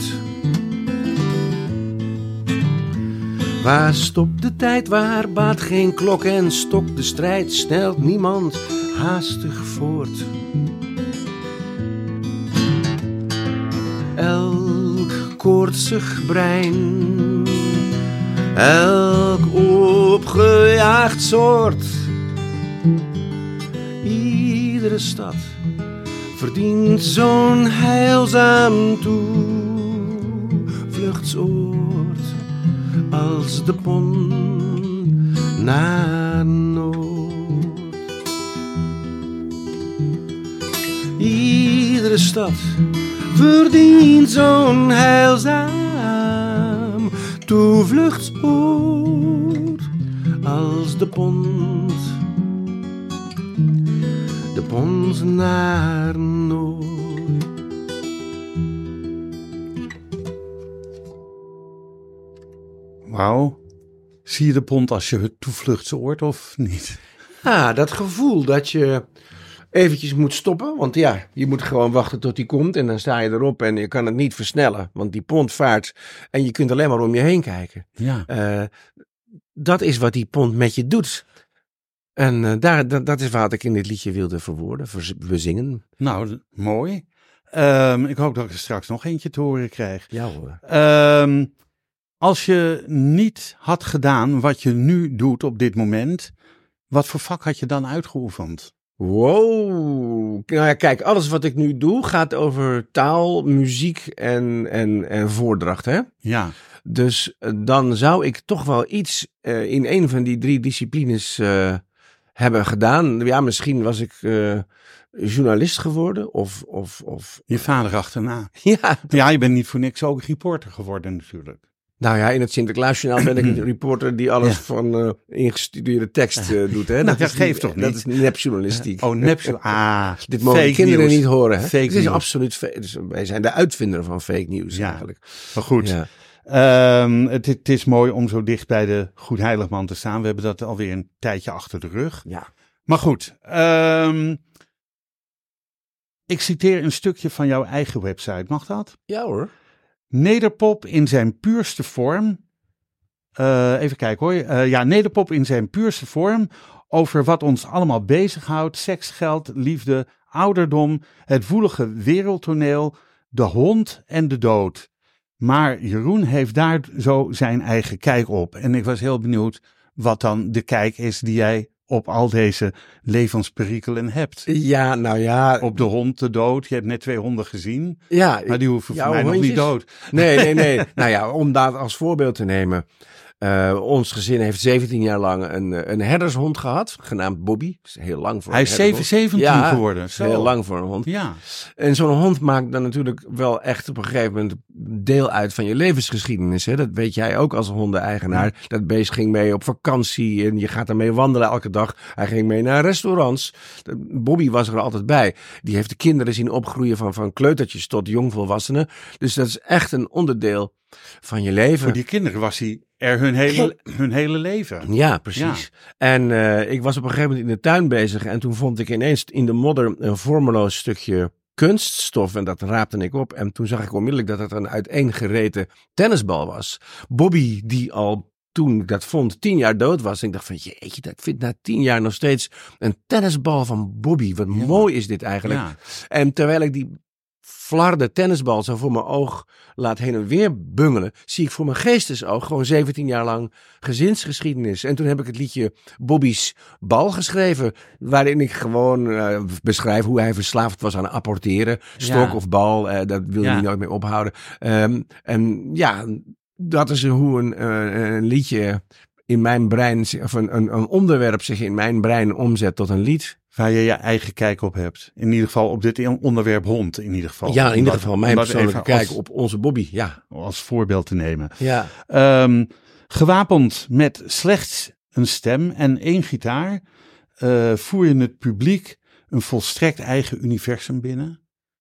Waar stopt de tijd, waar baat geen klok en stokt de strijd, snelt niemand haastig voort. Elk koortsig brein, elk opgejaagd soort, iedere stad verdient zo'n heilzaam toevluchtsoord als de pont naar Noord. Iedere stad verdient zo'n heilzaam toevluchtsoord als de pont. De pont naar Noord. Wauw. Zie je de pont als je toevluchtsoord of niet? Ja, dat gevoel dat je eventjes moet stoppen. Want ja, je moet gewoon wachten tot die komt en dan sta je erop en je kan het niet versnellen. Want die pont vaart en je kunt alleen maar om je heen kijken. Ja. Uh, dat is wat die pont met je doet. En uh, daar, dat, dat is wat ik in dit liedje wilde verwoorden, bezingen. Nou, mooi. Um, ik hoop dat ik er straks nog eentje te horen krijg. Ja hoor. Um, als je niet had gedaan wat je nu doet op dit moment, wat voor vak had je dan uitgeoefend? Wow. Nou ja, kijk, alles wat ik nu doe gaat over taal, muziek en, en, en voordracht, hè? Ja. Dus uh, dan zou ik toch wel iets uh, in een van die drie disciplines uh, hebben gedaan. Ja, misschien was ik uh, journalist geworden of, of, of... Je vader achterna. Ja. Ja, je bent niet voor niks ook reporter geworden natuurlijk. Nou ja, in het Sinterklaasjournaal ben ik een reporter die alles ja. van uh, ingestudeerde tekst uh, doet. Hè? Dat, dat geeft toch niet? Dat is nepjournalistiek. Oh, nepjournalistiek. Ah, dit mogen de kinderen news. niet horen. Hè? Fake het is news. absoluut fake. Dus wij zijn de uitvinder van fake news ja. eigenlijk. Maar goed. Ja. Um, het, het is mooi om zo dicht bij de Goedheiligman te staan. We hebben dat alweer een tijdje achter de rug. Ja. Maar goed. Um, ik citeer een stukje van jouw eigen website. Mag dat? Ja hoor. Nederpop in zijn puurste vorm. Uh, even kijken hoor. Uh, ja, nederpop in zijn puurste vorm. Over wat ons allemaal bezighoudt. Seks, geld, liefde, ouderdom. Het woelige wereldtoneel. De hond en de dood. Maar Jeroen heeft daar zo zijn eigen kijk op. En ik was heel benieuwd wat dan de kijk is die jij op al deze levensperikelen hebt. Ja, nou ja. Op de hond, de dood. Je hebt net twee honden gezien. Ja. Maar die hoeven voor mij hondjes? nog niet dood. Nee, nee, nee. Nou ja, om dat als voorbeeld te nemen. Uh, ons gezin heeft zeventien jaar lang een, een herdershond gehad, genaamd Bobby. Dat is heel lang voor Hij een is zevenentien ja, geworden. Zo. Heel lang voor een hond. Ja. En zo'n hond maakt dan natuurlijk wel echt op een gegeven moment deel uit van je levensgeschiedenis. Hè? Dat weet jij ook als hondeneigenaar. Ja. Dat beest ging mee op vakantie en je gaat ermee wandelen elke dag. Hij ging mee naar restaurants. Bobby was er altijd bij. Die heeft de kinderen zien opgroeien van, van kleutertjes tot jongvolwassenen. Dus dat is echt een onderdeel van je leven. Voor die kinderen was hij er hun hele, hun hele leven. Ja, precies. Ja. En uh, ik was op een gegeven moment in de tuin bezig en toen vond ik ineens in de modder een vormeloos stukje kunststof en dat raapte ik op. En toen zag ik onmiddellijk dat het een uiteengereten tennisbal was. Bobby, die al toen ik dat vond tien jaar dood was. En ik dacht van jeetje, ik vind na tien jaar nog steeds een tennisbal van Bobby. Wat ja. mooi is dit eigenlijk. Ja. En terwijl ik die flarde tennisbal zo voor mijn oog laat heen en weer bungelen, zie ik voor mijn geestesoog gewoon zeventien jaar lang gezinsgeschiedenis. En toen heb ik het liedje Bobby's Bal geschreven, waarin ik gewoon uh, beschrijf hoe hij verslaafd was aan apporteren. Stok ja. of bal, uh, dat wil je ja. nooit meer ophouden. Um, en ja, dat is hoe een, uh, een liedje in mijn brein, of een, een, een onderwerp zich in mijn brein omzet tot een lied. Waar je je eigen kijk op hebt. In ieder geval op dit onderwerp hond, in ieder geval. Ja, in ieder geval mijn persoonlijke kijk op onze Bobby, ja. Als voorbeeld te nemen. Ja. Um, gewapend met slechts een stem en één gitaar, uh, voer je het publiek een volstrekt eigen universum binnen.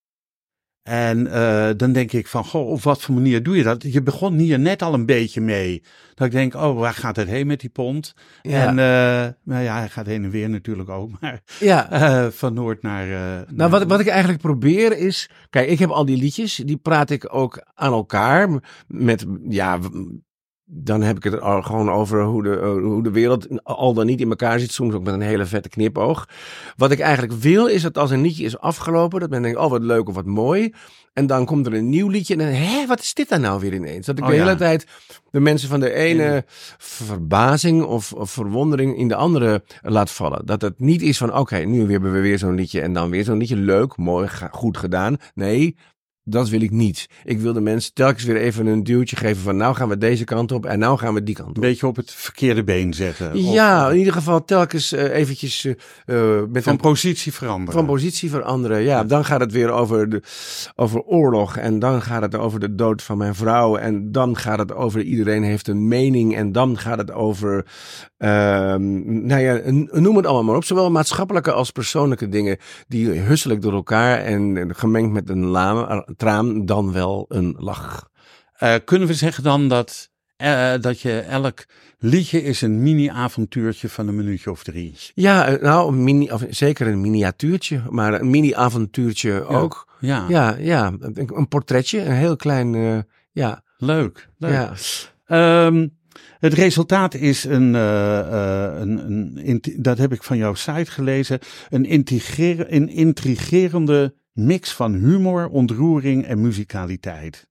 En uh, dan denk ik van, goh, op wat voor manier doe je dat? Je begon hier net al een beetje mee. Dat ik denk, oh, waar gaat het heen met die pont? Ja. En uh, nou ja, hij gaat heen en weer natuurlijk ook. Maar ja. uh, van Noord naar... Uh, nou, naar... wat, wat ik eigenlijk probeer is... Kijk, ik heb al die liedjes, die praat ik ook aan elkaar met, ja... Dan heb ik het er gewoon over hoe de, hoe de wereld al dan niet in elkaar zit. Soms ook met een hele vette knipoog. Wat ik eigenlijk wil is dat als een liedje is afgelopen. Dat men denkt, oh wat leuk of wat mooi. En dan komt er een nieuw liedje. En dan, hé, wat is dit dan nou weer ineens? Dat ik oh, de hele ja. tijd de mensen van de ene ja. verbazing of, of verwondering in de andere laat vallen. Dat het niet is van, oké, okay, nu hebben we weer zo'n liedje. En dan weer zo'n liedje. Leuk, mooi, goed gedaan. Nee... Dat wil ik niet. Ik wil de mensen telkens weer even een duwtje geven van nou gaan we deze kant op en nou gaan we die kant op. Een beetje op het verkeerde been zetten. Ja, of, in ieder geval telkens uh, eventjes... Uh, met van een, positie veranderen. Van positie veranderen, ja. Dan gaat het weer over, de, over oorlog en dan gaat het over de dood van mijn vrouw en dan gaat het over iedereen heeft een mening en dan gaat het over... Uh, nou ja, noem het allemaal maar op. Zowel maatschappelijke als persoonlijke dingen die husselijk door elkaar en gemengd met een lame... traan dan wel een lach. Uh, kunnen we zeggen dan dat uh, dat je elk liedje is een mini-avontuurtje van een minuutje of drie. Ja, nou, een mini, of zeker een miniatuurtje, maar een mini-avontuurtje ja. ook. Ja, ja, ja een, een portretje, een heel klein, uh, ja. Leuk, leuk. Ja. Um, het resultaat is een, uh, uh, een, een, een, dat heb ik van jouw site gelezen, een, intriger, een intrigerende mix van humor, ontroering en muzikaliteit.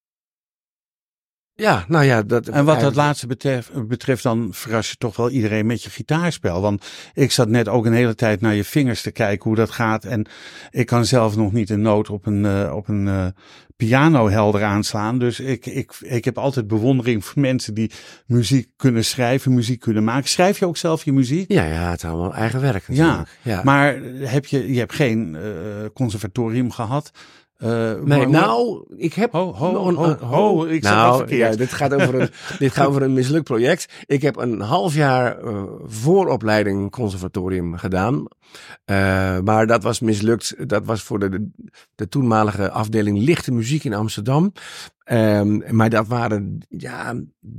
Ja, nou ja. Dat, en wat dat laatste betreft, betreft, dan verras je toch wel iedereen met je gitaarspel. Want ik zat net ook een hele tijd naar je vingers te kijken hoe dat gaat. En ik kan zelf nog niet een noot op een, uh, op een uh, piano helder aanslaan. Dus ik, ik, ik heb altijd bewondering voor mensen die muziek kunnen schrijven, muziek kunnen maken. Schrijf je ook zelf je muziek? Ja, ja, het is allemaal eigen werk natuurlijk. Ja, ja. Maar heb je, je hebt geen uh, conservatorium gehad? Uh, nee, maar, nou, ik heb... Ho, ho, ho, ho, ho ik nou, zat al verkeerd. Ja, dit gaat over een, dit gaat over een mislukt project. Ik heb een half jaar uh, vooropleiding conservatorium gedaan. Uh, maar dat was mislukt. Dat was voor de, de, de toenmalige afdeling lichte muziek in Amsterdam. Um, maar dat waren ja,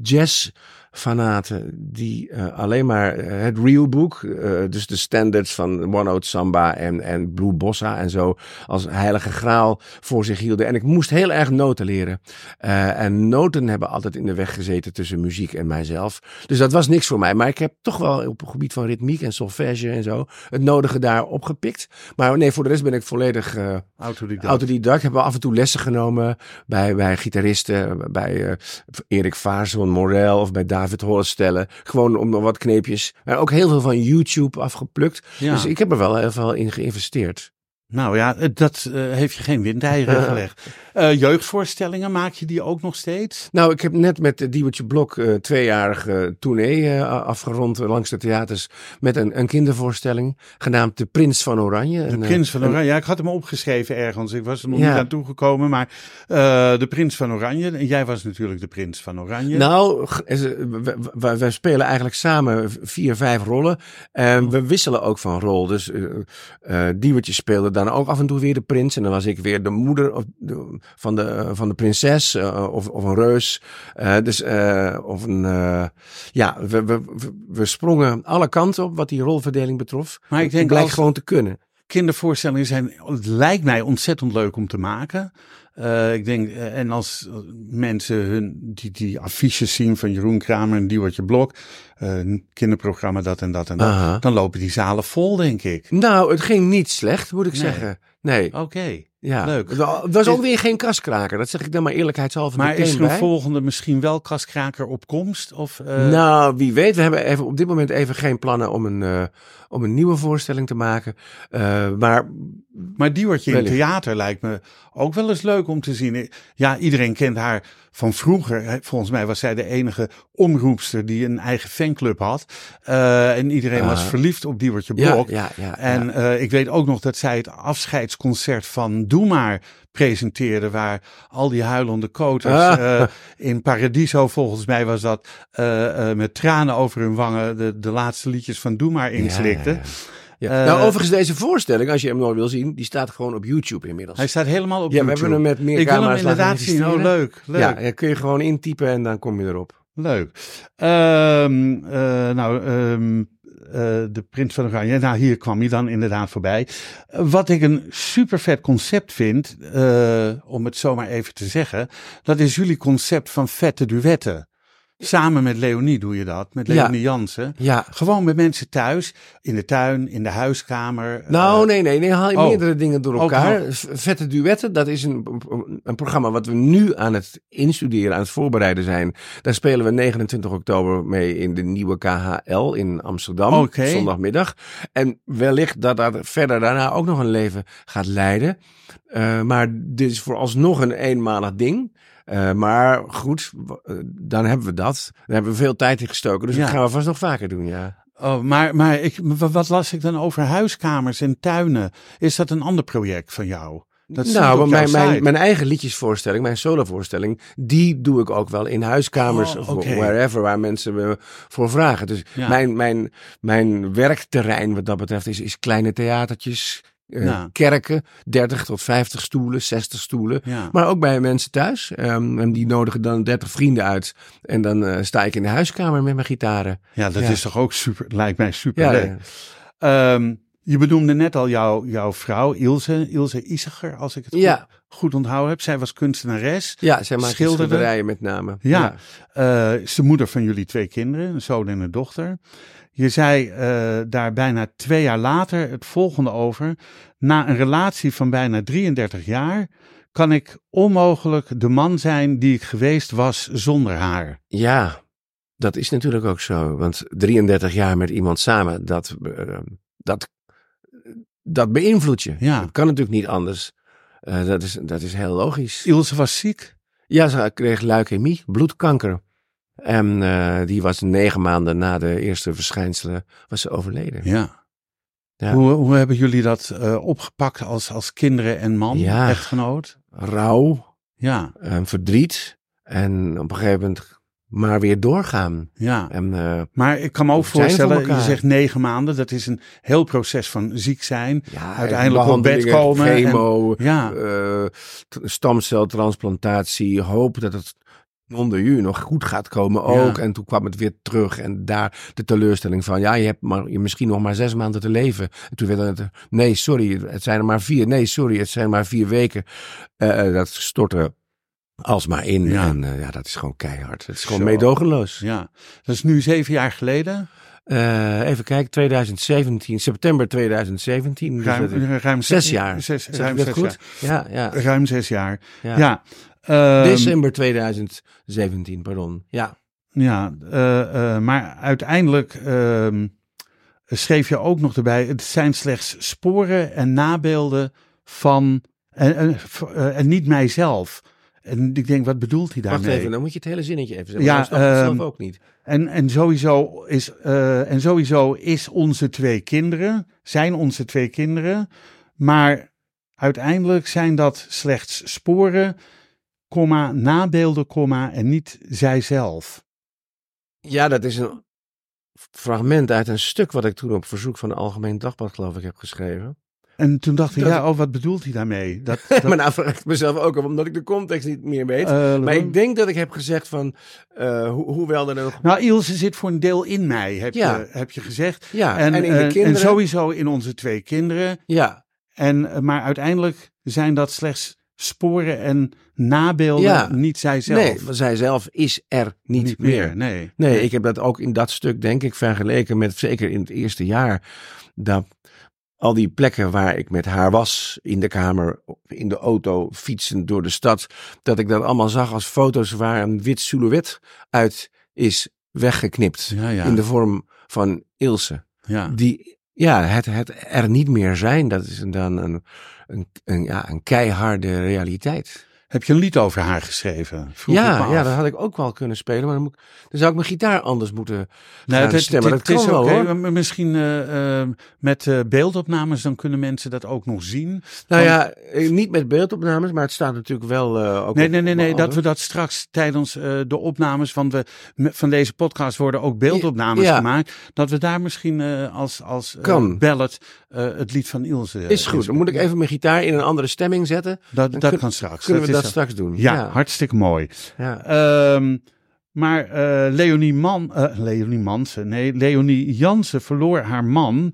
jazzfanaten die uh, alleen maar uh, het real book, uh, dus de standards van One Note Samba en, en Blue Bossa en zo, als heilige graal voor zich hielden. En ik moest heel erg noten leren. Uh, en noten hebben altijd in de weg gezeten tussen muziek en mijzelf. Dus dat was niks voor mij. Maar ik heb toch wel op het gebied van ritmiek en solfège en zo het nodige daar opgepikt. Maar nee, voor de rest ben ik volledig uh, autodidact. autodidact. Heb af en toe lessen genomen bij, bij gitaristen, bij uh, Erik Vaarson, Morel of bij David Hollestelle. Gewoon om nog wat kneepjes. Maar ook heel veel van YouTube afgeplukt. Ja. Dus ik heb er wel heel veel in geïnvesteerd. Nou ja, dat uh, heeft je geen windeieren gelegd. Uh, jeugdvoorstellingen, maak je die ook nog steeds? Nou, ik heb net met uh, Diewertje Blok uh, tweejarige tournee uh, afgerond uh, langs de theaters met een, een kindervoorstelling genaamd De Prins van Oranje. De en, Prins van Oranje, ja, ik had hem opgeschreven ergens. Ik was er nog ja. niet aan toegekomen, maar uh, De Prins van Oranje. En jij was natuurlijk de Prins van Oranje. Nou, wij, wij spelen eigenlijk samen vier, vijf rollen. En oh. we wisselen ook van rol. Dus uh, uh, Diewertje speelde dan ook af en toe weer de prins. En dan was ik weer de moeder of de, van, de, van de prinses uh, of, of een reus. Uh, dus, uh, of een, uh, ja, we, we, we sprongen alle kanten op wat die rolverdeling betrof. Maar ik denk het blijkt gewoon te kunnen. Kindervoorstellingen zijn, het lijkt mij ontzettend leuk om te maken. Uh, ik denk, uh, en als mensen hun, die, die affiches zien van Jeroen Kramer en Diewertje Blok, uh, een kinderprogramma dat en dat en dat, uh-huh. dan lopen die zalen vol, denk ik. Nou, het ging niet slecht, moet ik nee. zeggen. Nee. Oké, okay. ja. leuk. Het was ook weer geen kaskraker, dat zeg ik dan maar eerlijkheidshalve maar meteen bij. Maar is er een volgende misschien wel kaskraker op komst? Of, uh... Nou, wie weet. We hebben even, op dit moment even geen plannen om een, uh, om een nieuwe voorstelling te maken. Uh, maar... Maar Diewertje in theater lijkt me ook wel eens leuk om te zien. Ja, iedereen kent haar van vroeger. Volgens mij was zij de enige omroepster die een eigen fanclub had. Uh, en iedereen uh, was verliefd op Diewertje Blok. Ja, ja, ja, en ja. Uh, ik weet ook nog dat zij het afscheidsconcert van Doe Maar presenteerde, waar al die huilende koters ah. uh, in Paradiso, volgens mij was dat, uh, uh, met tranen over hun wangen de, de laatste liedjes van Doe Maar inslikte. Ja, ja, ja. Ja. Uh, nou, overigens deze voorstelling, als je hem nog wil zien, die staat gewoon op YouTube inmiddels. Hij staat helemaal op ja, YouTube. Ja, we hebben hem met meer ik camera's wil hem inderdaad zien. Oh, leuk, leuk. Ja, dan kun je gewoon intypen en dan kom je erop. Leuk. Um, uh, nou, um, uh, de Prins van Oranje. Nou, hier kwam hij dan inderdaad voorbij. Uh, wat ik een super vet concept vind, uh, om het zomaar even te zeggen, dat is jullie concept van vette duetten. Samen met Leonie doe je dat, met Leonie ja. Jansen. Ja. Gewoon met mensen thuis, in de tuin, in de huiskamer. Nou, uh, nee, nee, nee, haal je oh. meerdere dingen door elkaar. Oh, Vette duetten, dat is een, een programma wat we nu aan het instuderen, aan het voorbereiden zijn. Daar spelen we negenentwintig oktober mee in de nieuwe K H L in Amsterdam, okay. zondagmiddag. En wellicht dat dat verder daarna ook nog een leven gaat leiden. Uh, maar dit is vooralsnog een eenmalig ding. Uh, maar goed, uh, dan hebben we dat. Daar hebben we veel tijd in gestoken. Dus ja. dat gaan we vast nog vaker doen, ja. Oh, maar maar ik, wat las ik dan over huiskamers en tuinen? Is dat een ander project van jou? Dat nou, mijn, mijn, mijn eigen liedjesvoorstelling, mijn solovoorstelling, die doe ik ook wel in huiskamers oh, of okay. wherever, waar mensen me voor vragen. Dus ja. mijn, mijn, mijn werkterrein wat dat betreft is, is kleine theatertjes, Uh, Ja. Kerken, dertig tot vijftig stoelen, zestig stoelen. Ja. Maar ook bij mensen thuis. Um, en die nodigen dan dertig vrienden uit. En dan uh, sta ik in de huiskamer met mijn gitaren. Ja, dat Ja. is toch ook super, lijkt mij super Ja, leuk. ja. Um, je benoemde net al jouw, jouw vrouw, Ilse, Ilse Isacher, als ik het Ja. goed, goed onthouden heb. Zij was kunstenares. Ja, zij maakt Schilderde. schilderijen met name. Ja, ja. Uh, is de moeder van jullie twee kinderen, een zoon en een dochter. Je zei uh, daar bijna twee jaar later het volgende over. Na een relatie van bijna drieëndertig jaar kan ik onmogelijk de man zijn die ik geweest was zonder haar. Ja, dat is natuurlijk ook zo. Want drieëndertig jaar met iemand samen, dat, uh, dat, dat beïnvloedt je. Ja. Dat kan natuurlijk niet anders. Uh, dat, is, dat is heel logisch. Ilse was ziek? Ja, ze kreeg leukemie, bloedkanker. En uh, die was negen maanden na de eerste verschijnselen was ze overleden. Ja. Ja. Hoe, hoe hebben jullie dat uh, opgepakt als, als kinderen en man, ja. echtgenoot? Rouw, ja. en verdriet en op een gegeven moment maar weer doorgaan. Ja. En, uh, maar ik kan me ook voorstellen, je zegt negen maanden, dat is een heel proces van ziek zijn, ja, uiteindelijk op bed komen. Chemo, en, ja. uh, stamceltransplantatie, hoop dat het onder u nog goed gaat komen ook. Ja. En toen kwam het weer terug en daar de teleurstelling van, ja, je hebt maar, je misschien nog maar zes maanden te leven. En toen werd het, nee, sorry, het zijn er maar vier. Nee, sorry, het zijn maar vier weken. Uh, dat stortte alsmaar in. Ja. En uh, ja, dat is gewoon keihard. Het is gewoon Zo. meedogenloos. Ja, dat is nu zeven jaar geleden. Uh, even kijken, twintig zeventien, september twintig zeventien. Ruim, dus ruim zes jaar. Zes, zeg ruim dat zes goed? jaar. Ja, ja. Ruim zes jaar. Ja. ja. Um, December twintig zeventien, pardon. Ja. Ja, uh, uh, maar uiteindelijk uh, schreef je ook nog erbij, het zijn slechts sporen en nabeelden van, en, en, uh, en niet mijzelf. En ik denk, wat bedoelt hij daarmee? Wacht even, dan moet je het hele zinnetje even zeggen. Ja, dat snap ik uh, zelf ook niet. En, en, sowieso is, uh, en sowieso is onze twee kinderen, zijn onze twee kinderen, maar uiteindelijk zijn dat slechts sporen, komma, nabeelden, komma, en niet zijzelf. Ja, dat is een fragment uit een stuk wat ik toen op verzoek van de Algemeen Dagblad, geloof ik, heb geschreven. En toen dacht ik, dat... ja, oh, wat bedoelt hij daarmee? Dat, dat... maar nou vraag ik mezelf ook af, omdat ik de context niet meer weet. Uh, maar ik denk dat ik heb gezegd van, uh, ho hoewel er nog... Nou, Ilse zit voor een deel in mij, heb, ja. je, heb je gezegd. Ja, en, en in de uh, kinderen. En sowieso in onze twee kinderen. Ja. En, maar uiteindelijk zijn dat slechts sporen en nabeelden, ja. niet zijzelf. Nee, maar zijzelf is er niet, niet meer. meer. Nee. nee. Nee, ik heb dat ook in dat stuk, denk ik, vergeleken met, zeker in het eerste jaar, dat al die plekken waar ik met haar was, in de kamer, in de auto, fietsend door de stad, dat ik dat allemaal zag als foto's waar een wit silhouet uit is weggeknipt. Ja, ja. In de vorm van Ilse. Ja. Die, ja, het, het er niet meer zijn, dat is dan een, een, een, ja, een keiharde realiteit. Heb je een lied over haar geschreven? Ja, ja, dat had ik ook wel kunnen spelen, maar dan, moet, dan zou ik mijn gitaar anders moeten nee, gaan het, stemmen. Het, dat het kan is wel, okay. hoor. Misschien uh, uh, met uh, beeldopnames, dan kunnen mensen dat ook nog zien. Nou Want... ja, niet met beeldopnames, maar het staat natuurlijk wel uh, ook Nee, op, nee, nee, nee op dat we dat straks tijdens uh, de opnames, want we, van deze podcast worden ook beeldopnames ja. gemaakt, dat we daar misschien uh, als, als uh, ballad uh, het lied van Ilse... Uh, is goed, dan moet ik even mijn gitaar in een andere stemming zetten. Dat, dat kun, kan straks. Kunnen dat we dat is, straks doen. Ja, ja. hartstikke mooi. Ja. Um, maar uh, Leonie, Man, uh, Leonie Mansen, nee, Leonie Jansen verloor haar man,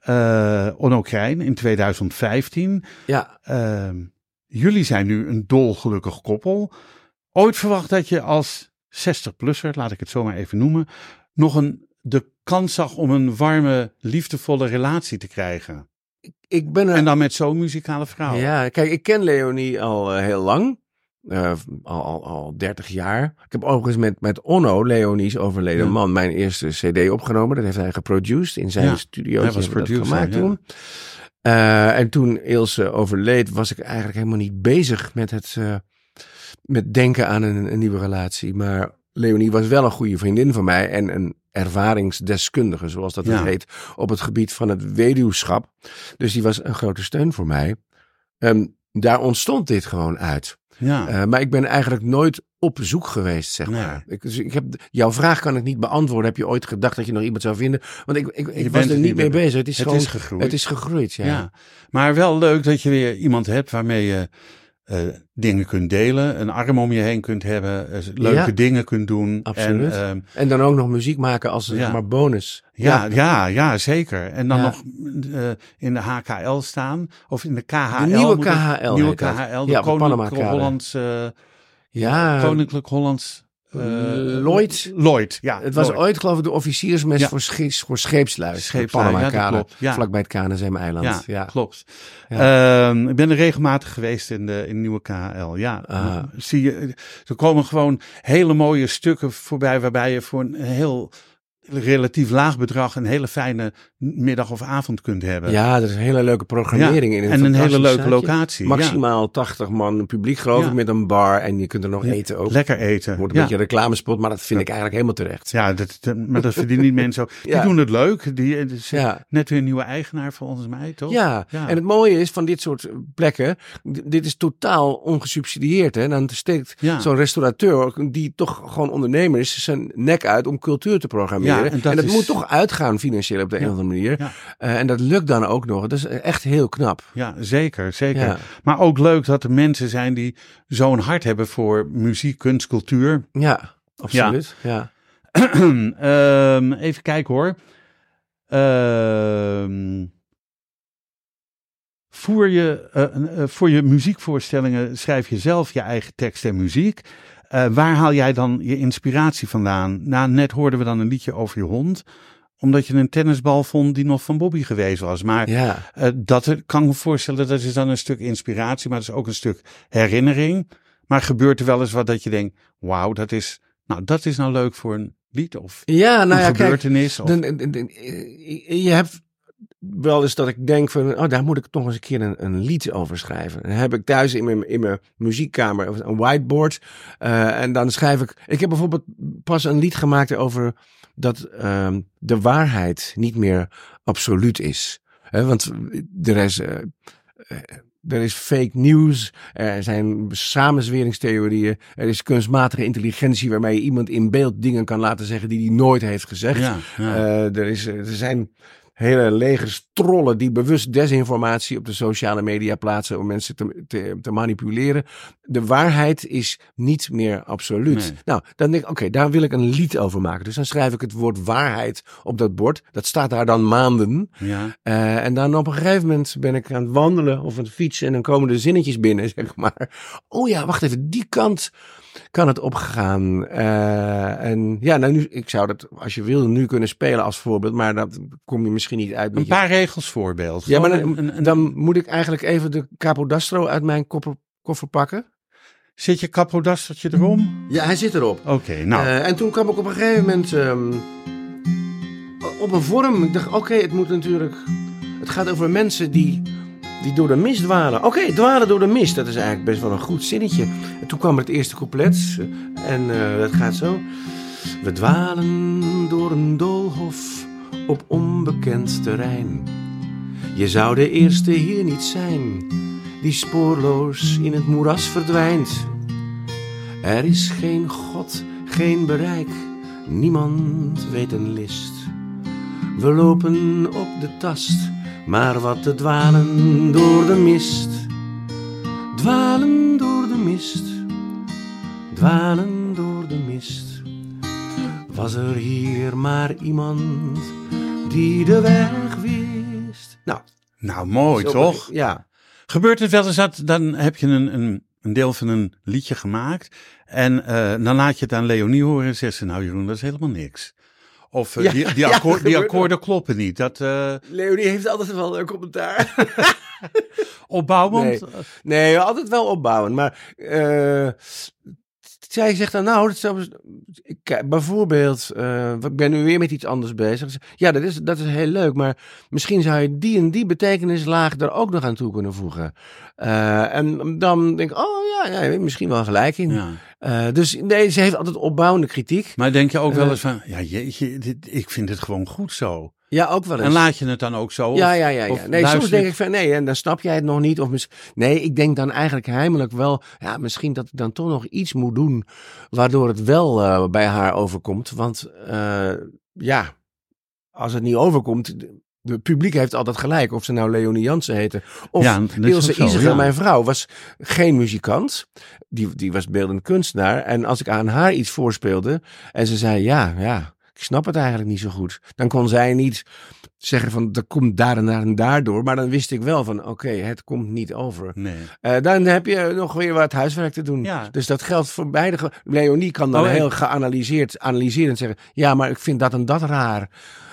uh, Onno Krijn, in twintig vijftien. Ja. Uh, jullie zijn nu een dolgelukkig koppel. Ooit verwacht dat je als zestig-plusser, laat ik het zo maar even noemen, nog een, de kans zag om een warme, liefdevolle relatie te krijgen. Ik, ik ben er... En dan met zo'n muzikale vrouw. Ja, kijk, ik ken Leonie al uh, heel lang. Uh, al, al, al dertig jaar. Ik heb overigens met, met Onno, Leonie's overleden ja. man, mijn eerste cd opgenomen. Dat heeft hij geproduced in zijn ja, studio. Hij was producer, gemaakt ja. toen. Uh, en toen Ilse overleed, was ik eigenlijk helemaal niet bezig met het uh, met denken aan een, een nieuwe relatie. Maar Leonie was wel een goede vriendin van mij en een ervaringsdeskundige, zoals dat ja. heet, op het gebied van het weduwschap. Dus die was een grote steun voor mij. Um, daar ontstond dit gewoon uit. Ja. Uh, maar ik ben eigenlijk nooit op zoek geweest, zeg Nee. maar. Ik, dus ik heb, jouw vraag kan ik niet beantwoorden. Heb je ooit gedacht dat je nog iemand zou vinden? Want ik, ik, ik was er niet mee bezig. Het is het gewoon, is gegroeid. Het is gegroeid, ja. ja. Maar wel leuk dat je weer iemand hebt waarmee je uh, dingen kunt delen. Een arm om je heen kunt hebben. Uh, leuke ja. dingen kunt doen. Absoluut. En, uh, en dan ook nog muziek maken als ja. zeg maar bonus. Ja, ja, ja, ja zeker. En dan ja. nog uh, in de H K L staan. Of in de K H L. De nieuwe K H L. Nieuwe K H L. De ja, Koninklijk Hollands... Uh, ja. Koninklijk Hollands... Uh, Lloyd. Lloyd, ja. Het was Lloyd. ooit, geloof ik, de officiersmes ja. voor, scheeps, voor scheepsluis. Scheepsluis, ja, dat klopt. Ja. Vlakbij het K N S M-eiland. Ja, ja. klopt. Ja. Uh, ik ben er regelmatig geweest in de, in de nieuwe K H L. Ja, uh. zie je, er komen gewoon hele mooie stukken voorbij waarbij je voor een heel relatief laag bedrag een hele fijne middag of avond kunt hebben. Ja, er is een hele leuke programmering ja, in. En een hele leuke zaadje. locatie. Maximaal ja. tachtig man publiek, geloof ja. ik, met een bar. En je kunt er nog ja, eten ook. Lekker eten. Het wordt een ja. beetje een reclamespot, maar dat vind ja. ik eigenlijk helemaal terecht. Ja, dat, dat, maar dat verdienen die mensen ook. Die ja. doen het leuk. Die is ja. net weer een nieuwe eigenaar volgens mij, toch? Ja. ja, en het mooie is van dit soort plekken, dit is totaal ongesubsidieerd. Hè? Dan steekt ja. zo'n restaurateur, die toch gewoon ondernemer is, zijn nek uit om cultuur te programmeren. Ja, en dat, en dat is... moet toch uitgaan financieel op de ja. een of andere manier. Ja. Uh, en dat lukt dan ook nog. Dat is echt heel knap. Ja, zeker, zeker. Ja. Maar ook leuk dat er mensen zijn die zo'n hart hebben voor muziek, kunst, cultuur. Ja, absoluut. Ja. Ja. um, even kijken hoor. Um, voer je, uh, uh, voor je muziekvoorstellingen schrijf je zelf je eigen tekst en muziek. Uh, waar haal jij dan je inspiratie vandaan? Nou, net hoorden we dan een liedje over je hond. Omdat je een tennisbal vond die nog van Bobby geweest was. Maar ja. uh, dat er, kan me voorstellen, dat is dan een stuk inspiratie. Maar dat is ook een stuk herinnering. Maar gebeurt er wel eens wat dat je denkt, wauw, dat is, nou, dat is nou leuk voor een lied of ja, nou een ja, gebeurtenis. Kijk, of... de, de, de, je hebt wel eens dat ik denk van, oh, daar moet ik toch eens een keer een, een lied over schrijven. Dan heb ik thuis in mijn, in mijn muziekkamer een whiteboard. Uh, en dan schrijf ik, ik heb bijvoorbeeld pas een lied gemaakt over dat uh, de waarheid niet meer absoluut is. He, want er is, uh, er is fake news, er zijn samenzweringstheorieën, er is kunstmatige intelligentie waarmee je iemand in beeld dingen kan laten zeggen die hij nooit heeft gezegd. Ja, ja. Uh, er, is, er zijn hele legers trollen die bewust desinformatie op de sociale media plaatsen om mensen te, te, te manipuleren. De waarheid is niet meer absoluut. Nee. Nou, dan denk ik, oké, okay, daar wil ik een lied over maken. Dus dan schrijf ik het woord waarheid op dat bord. Dat staat daar dan maanden. Ja. Uh, en dan op een gegeven moment ben ik aan het wandelen of aan het fietsen en dan komen de zinnetjes binnen, zeg maar. Oh ja, wacht even, die kant kan het opgaan. Uh, en ja, nou nu, ik zou dat, als je wil, nu kunnen spelen als voorbeeld, maar dat kom je misschien niet uit. Met een paar je... regels voorbeeld. Ja, maar dan, een, een, dan moet ik eigenlijk even de Capodastro uit mijn koffer, koffer pakken. Zit je Capodastertje erom? Ja, hij zit erop. Oké, okay, nou. Uh, en toen kwam ik op een gegeven moment um, op een vorm. Ik dacht, oké, okay, het moet natuurlijk, het gaat over mensen die... die door de mist dwalen. Oké, okay, dwalen door de mist. Dat is eigenlijk best wel een goed zinnetje. En toen kwam het eerste couplet. En uh, dat gaat zo. We dwalen door een doolhof op onbekend terrein. Je zou de eerste hier niet zijn, die spoorloos in het moeras verdwijnt. Er is geen God, geen bereik, niemand weet een list. We lopen op de tast, maar wat te dwalen door de mist. Dwalen door de mist. Dwalen door de mist. Was er hier maar iemand die de weg wist. Nou, nou mooi toch? Ik, ja. Gebeurt het wel eens dat dan heb je een, een, een deel van een liedje gemaakt. En uh, dan laat je het aan Leonie horen en zegt ze, nou Jeroen, dat is helemaal niks. Of uh, ja, die, die, akkoord, ja, die akkoorden kloppen niet. Dat, uh... Leonie heeft altijd wel een commentaar. Opbouwend? Nee, nee, altijd wel opbouwend. Maar uh, zij zegt dan, nou, dat zou, ik, bijvoorbeeld, uh, ik ben nu weer met iets anders bezig. Ja, dat is, dat is heel leuk, maar misschien zou je die en die betekenislaag er ook nog aan toe kunnen voegen. Uh, en dan denk ik, oh ja, ja misschien wel gelijk in. Ja. Uh, dus nee, ze heeft altijd opbouwende kritiek. Maar denk je ook wel eens van, ja jeetje, dit, ik vind het gewoon goed zo. Ja, ook wel eens. En laat je het dan ook zo? Ja, of, ja, ja. ja. of Nee, soms luister denk je- ik van nee, en dan snap jij het nog niet. Of mis... Nee, ik denk dan eigenlijk heimelijk wel, ja, misschien dat ik dan toch nog iets moet doen, waardoor het wel uh, bij haar overkomt. Want uh, ja, als het niet overkomt, het publiek heeft altijd gelijk. Of ze nou Leonie Jansen heette. Of Ja, dat is ook Ilse zo, Iziger, ja. mijn vrouw, was geen muzikant. Die, die was beeldend kunstenaar. En als ik aan haar iets voorspeelde en ze zei ja, ja, ik snap het eigenlijk niet zo goed. Dan kon zij niet zeggen van dat komt daar en daar en daardoor. Maar dan wist ik wel van oké, okay, het komt niet over. Nee. Uh, dan heb je nog weer wat huiswerk te doen. Ja. Dus dat geldt voor beide. Ge- Leonie kan dan Oh, heel ik- geanalyseerd analyseren en zeggen ja, maar ik vind dat en dat raar.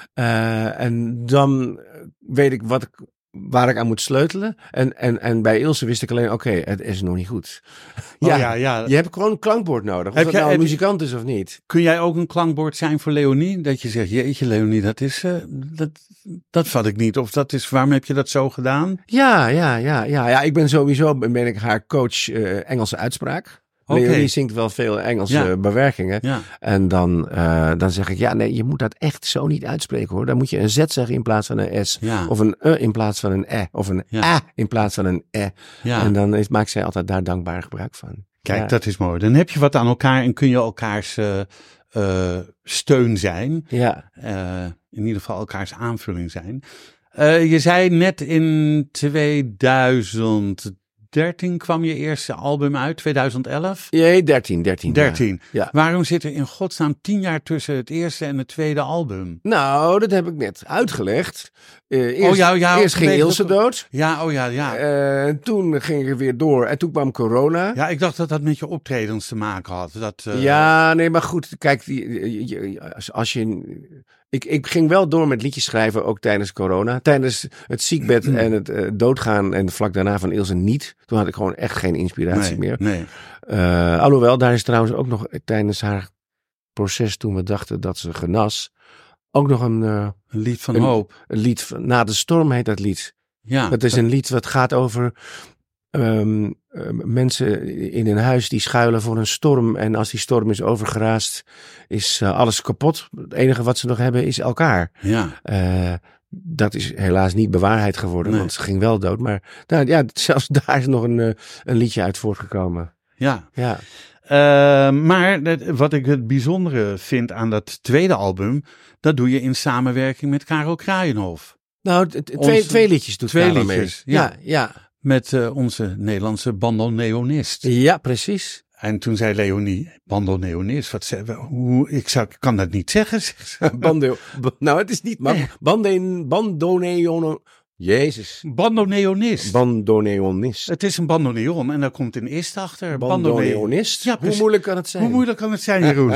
Uh, en dan weet ik wat ik, waar ik aan moet sleutelen. En, en, en bij Ilse wist ik alleen, oké, okay, het is nog niet goed. Oh, ja, ja, ja. je hebt gewoon een klankbord nodig. Of Heb dat jij- nou een heb je- muzikant is of niet. Kun jij ook een klankbord zijn voor Leonie? Dat je zegt, jeetje Leonie, dat is, uh, dat, dat vat ik niet. Of dat is, waarom heb je dat zo gedaan? Ja, ja, ja, ja, ja. Ik ben sowieso, ben ik haar coach uh, Engelse uitspraak. Oké. Leonie zingt wel veel Engelse Ja. bewerkingen. Ja. En dan, uh, dan zeg ik, ja, nee, je moet dat echt zo niet uitspreken hoor. Dan moet je een Z zeggen in plaats van een S. Ja. Of een E in plaats van een E. Of een Ja. A in plaats van een E. Ja. En dan is, maakt zij altijd daar dankbaar gebruik van. Kijk, ja. dat is mooi. Dan heb je wat aan elkaar en kun je elkaars uh, uh, steun zijn. Ja. Uh, in ieder geval elkaars aanvulling zijn. Uh, je zei net in tweeduizend dertien kwam je eerste album uit, tweeduizend elf? Nee, dertien, dertien. dertien. Ja. Ja. Waarom zit er in godsnaam tien jaar tussen het eerste en het tweede album? Nou, dat heb ik net uitgelegd. Uh, eerst oh, ja, ja, eerst ging Ilse dat... dood. Ja, oh ja, ja. Uh, toen ging ik weer door en toen kwam corona. Ja, ik dacht dat dat met je optredens te maken had. Dat, uh... Ja, nee, maar goed, kijk, die, die, als je... Ik, ik ging wel door met liedjes schrijven, ook tijdens corona. Tijdens het ziekbed en het uh, doodgaan en vlak daarna van Ilse niet. Toen had ik gewoon echt geen inspiratie nee, meer. Nee. Uh, alhoewel, daar is trouwens ook nog tijdens haar proces, toen we dachten dat ze genas, ook nog een... Uh, een lied van een, hoop. Een lied van, Na de storm heet dat lied. Ja. Dat is dat... een lied wat gaat over... Um, uh, mensen in een huis die schuilen voor een storm. En als die storm is overgeraasd, is uh, alles kapot. Het enige wat ze nog hebben is elkaar. Ja. Uh, dat is helaas niet bewaarheid geworden, nee. want ze ging wel dood. Maar nou, ja, zelfs daar is nog een, uh, een liedje uit voortgekomen. Ja. Ja. Uh, maar dat, wat ik het bijzondere vind aan dat tweede album, dat doe je in samenwerking met Karel Kraaienhof. Nou, t- t- twee, Onze, twee liedjes doet twee Karel liedjes, mee. Ja, ja. ja. Met uh, onze Nederlandse bandoneonist. Ja, precies. En toen zei Leonie, bandoneonist, wat zei, hoe, ik, zou, ik kan dat niet zeggen. Bando, nou, het is niet, maar banden, bandoneon, Jezus. Bandoneonist. Bandoneonist. Het is een bandoneon en daar komt een ist achter. Bandoneonist? Ja, hoe moeilijk kan het zijn? Hoe moeilijk kan het zijn, Jeroen?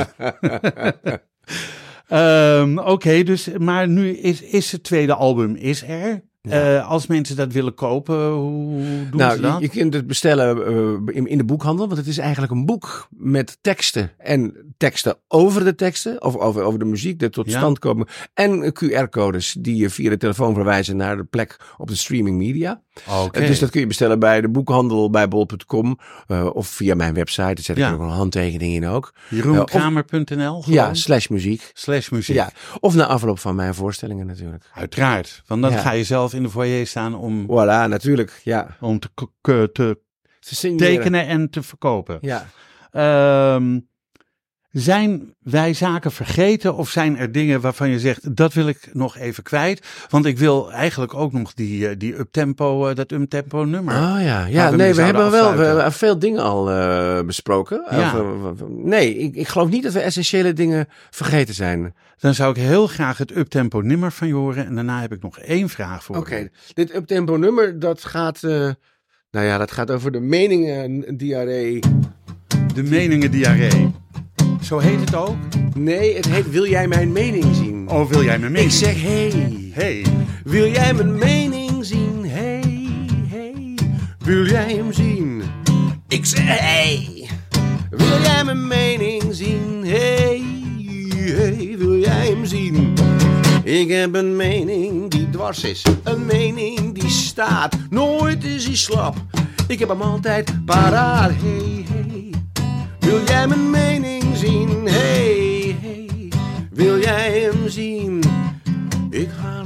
um, Oké, okay, dus, maar nu is, is het tweede album is er. Ja. Uh, als mensen dat willen kopen, hoe doen nou, ze dat? Je, je kunt het bestellen uh, in, in de boekhandel, want het is eigenlijk een boek met teksten en teksten over de teksten, of over, over de muziek, die tot ja. stand komen. En Q R-codes die je via de telefoon verwijzen naar de plek op de streaming media. Okay. Uh, dus dat kun je bestellen bij de boekhandel, bij bol punt com uh, of via mijn website. Daar zet ik ja. ook een handtekening in ook. Jeroenkramer punt n l uh, Ja, slash muziek. Slash muziek. Ja, of na afloop van mijn voorstellingen natuurlijk. Uiteraard, want dan ja. ga je zelf in de foyer staan om... Voilà, natuurlijk, ja. Om te, te, te, te tekenen en te verkopen. Ja. Um, zijn wij zaken vergeten of zijn er dingen waarvan je zegt, dat wil ik nog even kwijt? Want ik wil eigenlijk ook nog die, die uptempo, dat uptempo nummer. Oh ja, ja, nee, we hebben wel we hebben veel dingen al uh, besproken. Ja. Of, nee, ik, ik geloof niet dat we essentiële dingen vergeten zijn. Dan zou ik heel graag het uptempo nummer van je horen en daarna heb ik nog één vraag voor Oké, okay. dit uptempo nummer, dat gaat, uh, nou ja, dat gaat over de meningen diarree. De meningen diarree. Zo heet het ook? Nee, het heet Wil jij mijn mening zien? Oh, wil jij mijn mening? Ik zeg hey. Hey. Wil jij mijn mening zien? Hey, hey. Wil jij hem zien? Ik zeg hey. Wil jij mijn mening zien? Hey, hey. Wil jij hem zien? Ik heb een mening die dwars is. Een mening die staat. Nooit is hij slap. Ik heb hem altijd paraat. Hey, hey. Wil jij mijn mening zien? Hey, hey, wil jij hem zien? Ik ga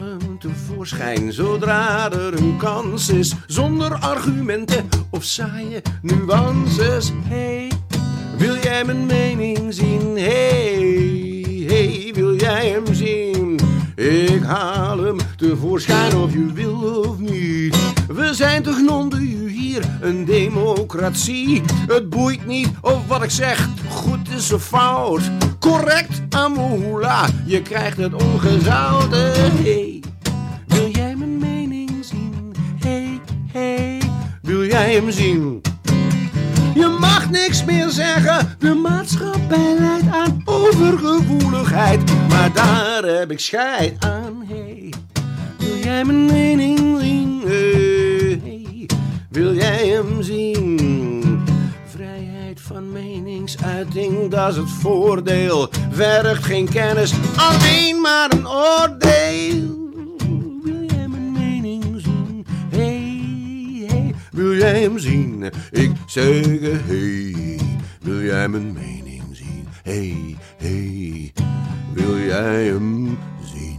tevoorschijn zodra er een kans is. Zonder argumenten of saaie nuances. Hey, wil jij mijn mening zien? Hey, hey, wil jij hem zien? Ik haal hem tevoorschijn of je wil of niet. We zijn toch non de jus hier, een democratie. Het boeit niet of wat ik zeg goed is of fout. Correct, amoula, je krijgt het ongezouten. Hey, wil jij mijn mening zien? Hey, hey, wil jij hem zien? Je mag niks meer zeggen, de maatschappij leidt aan overgevoeligheid. Maar daar heb ik scheid aan, hey. Wil jij mijn mening zien? Hey, hey. Wil jij hem zien? Vrijheid van meningsuiting, dat is het voordeel. Vergt geen kennis, alleen maar een oordeel. Wil jij mijn mening zien? Hey, hey. Wil jij hem zien? Ik zeg hey, wil jij mijn mening zien? Hey, hey, wil jij hem zien?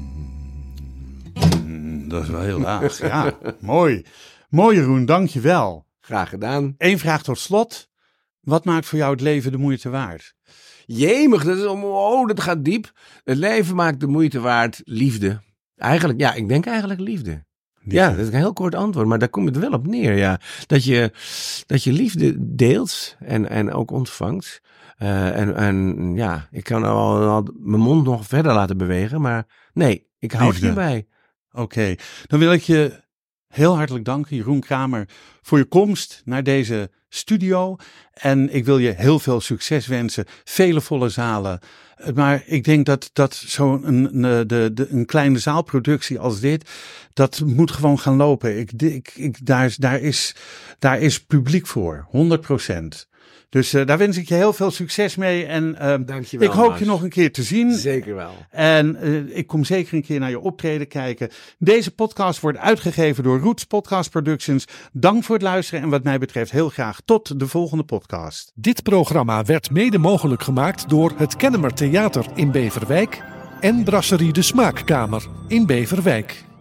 Mm, dat is wel heel laag, ja. Mooi. Mooi Jeroen, dank je wel. Graag gedaan. Eén vraag tot slot. Wat maakt voor jou het leven de moeite waard? Jemig, dat is, oh, dat gaat diep. Het leven maakt de moeite waard liefde. Eigenlijk, ja, ik denk eigenlijk liefde. Liefde. Ja, dat is een heel kort antwoord, maar daar komt het wel op neer, ja. Dat je, dat je liefde deelt en, en ook ontvangt. Uh, en, en ja, ik kan al, al mijn mond nog verder laten bewegen, maar nee, ik hou het hierbij. Oké, okay. Dan wil ik je heel hartelijk danken, Jeroen Kramer, voor je komst naar deze studio. En ik wil je heel veel succes wensen, vele volle zalen. Maar ik denk dat, dat zo'n een, de, de, een kleine zaalproductie als dit, dat moet gewoon gaan lopen. Ik, ik, ik, daar, daar, is, daar is publiek voor, honderd procent. Dus uh, daar wens ik je heel veel succes mee. En uh, Dankjewel, ik hoop Maas. je nog een keer te zien. Zeker wel. En uh, ik kom zeker een keer naar je optreden kijken. Deze podcast wordt uitgegeven door Roots Podcast Productions. Dank voor het luisteren en wat mij betreft heel graag tot de volgende podcast. Dit programma werd mede mogelijk gemaakt door het Kennemer Theater in Beverwijk en Brasserie de Smaakkamer in Beverwijk.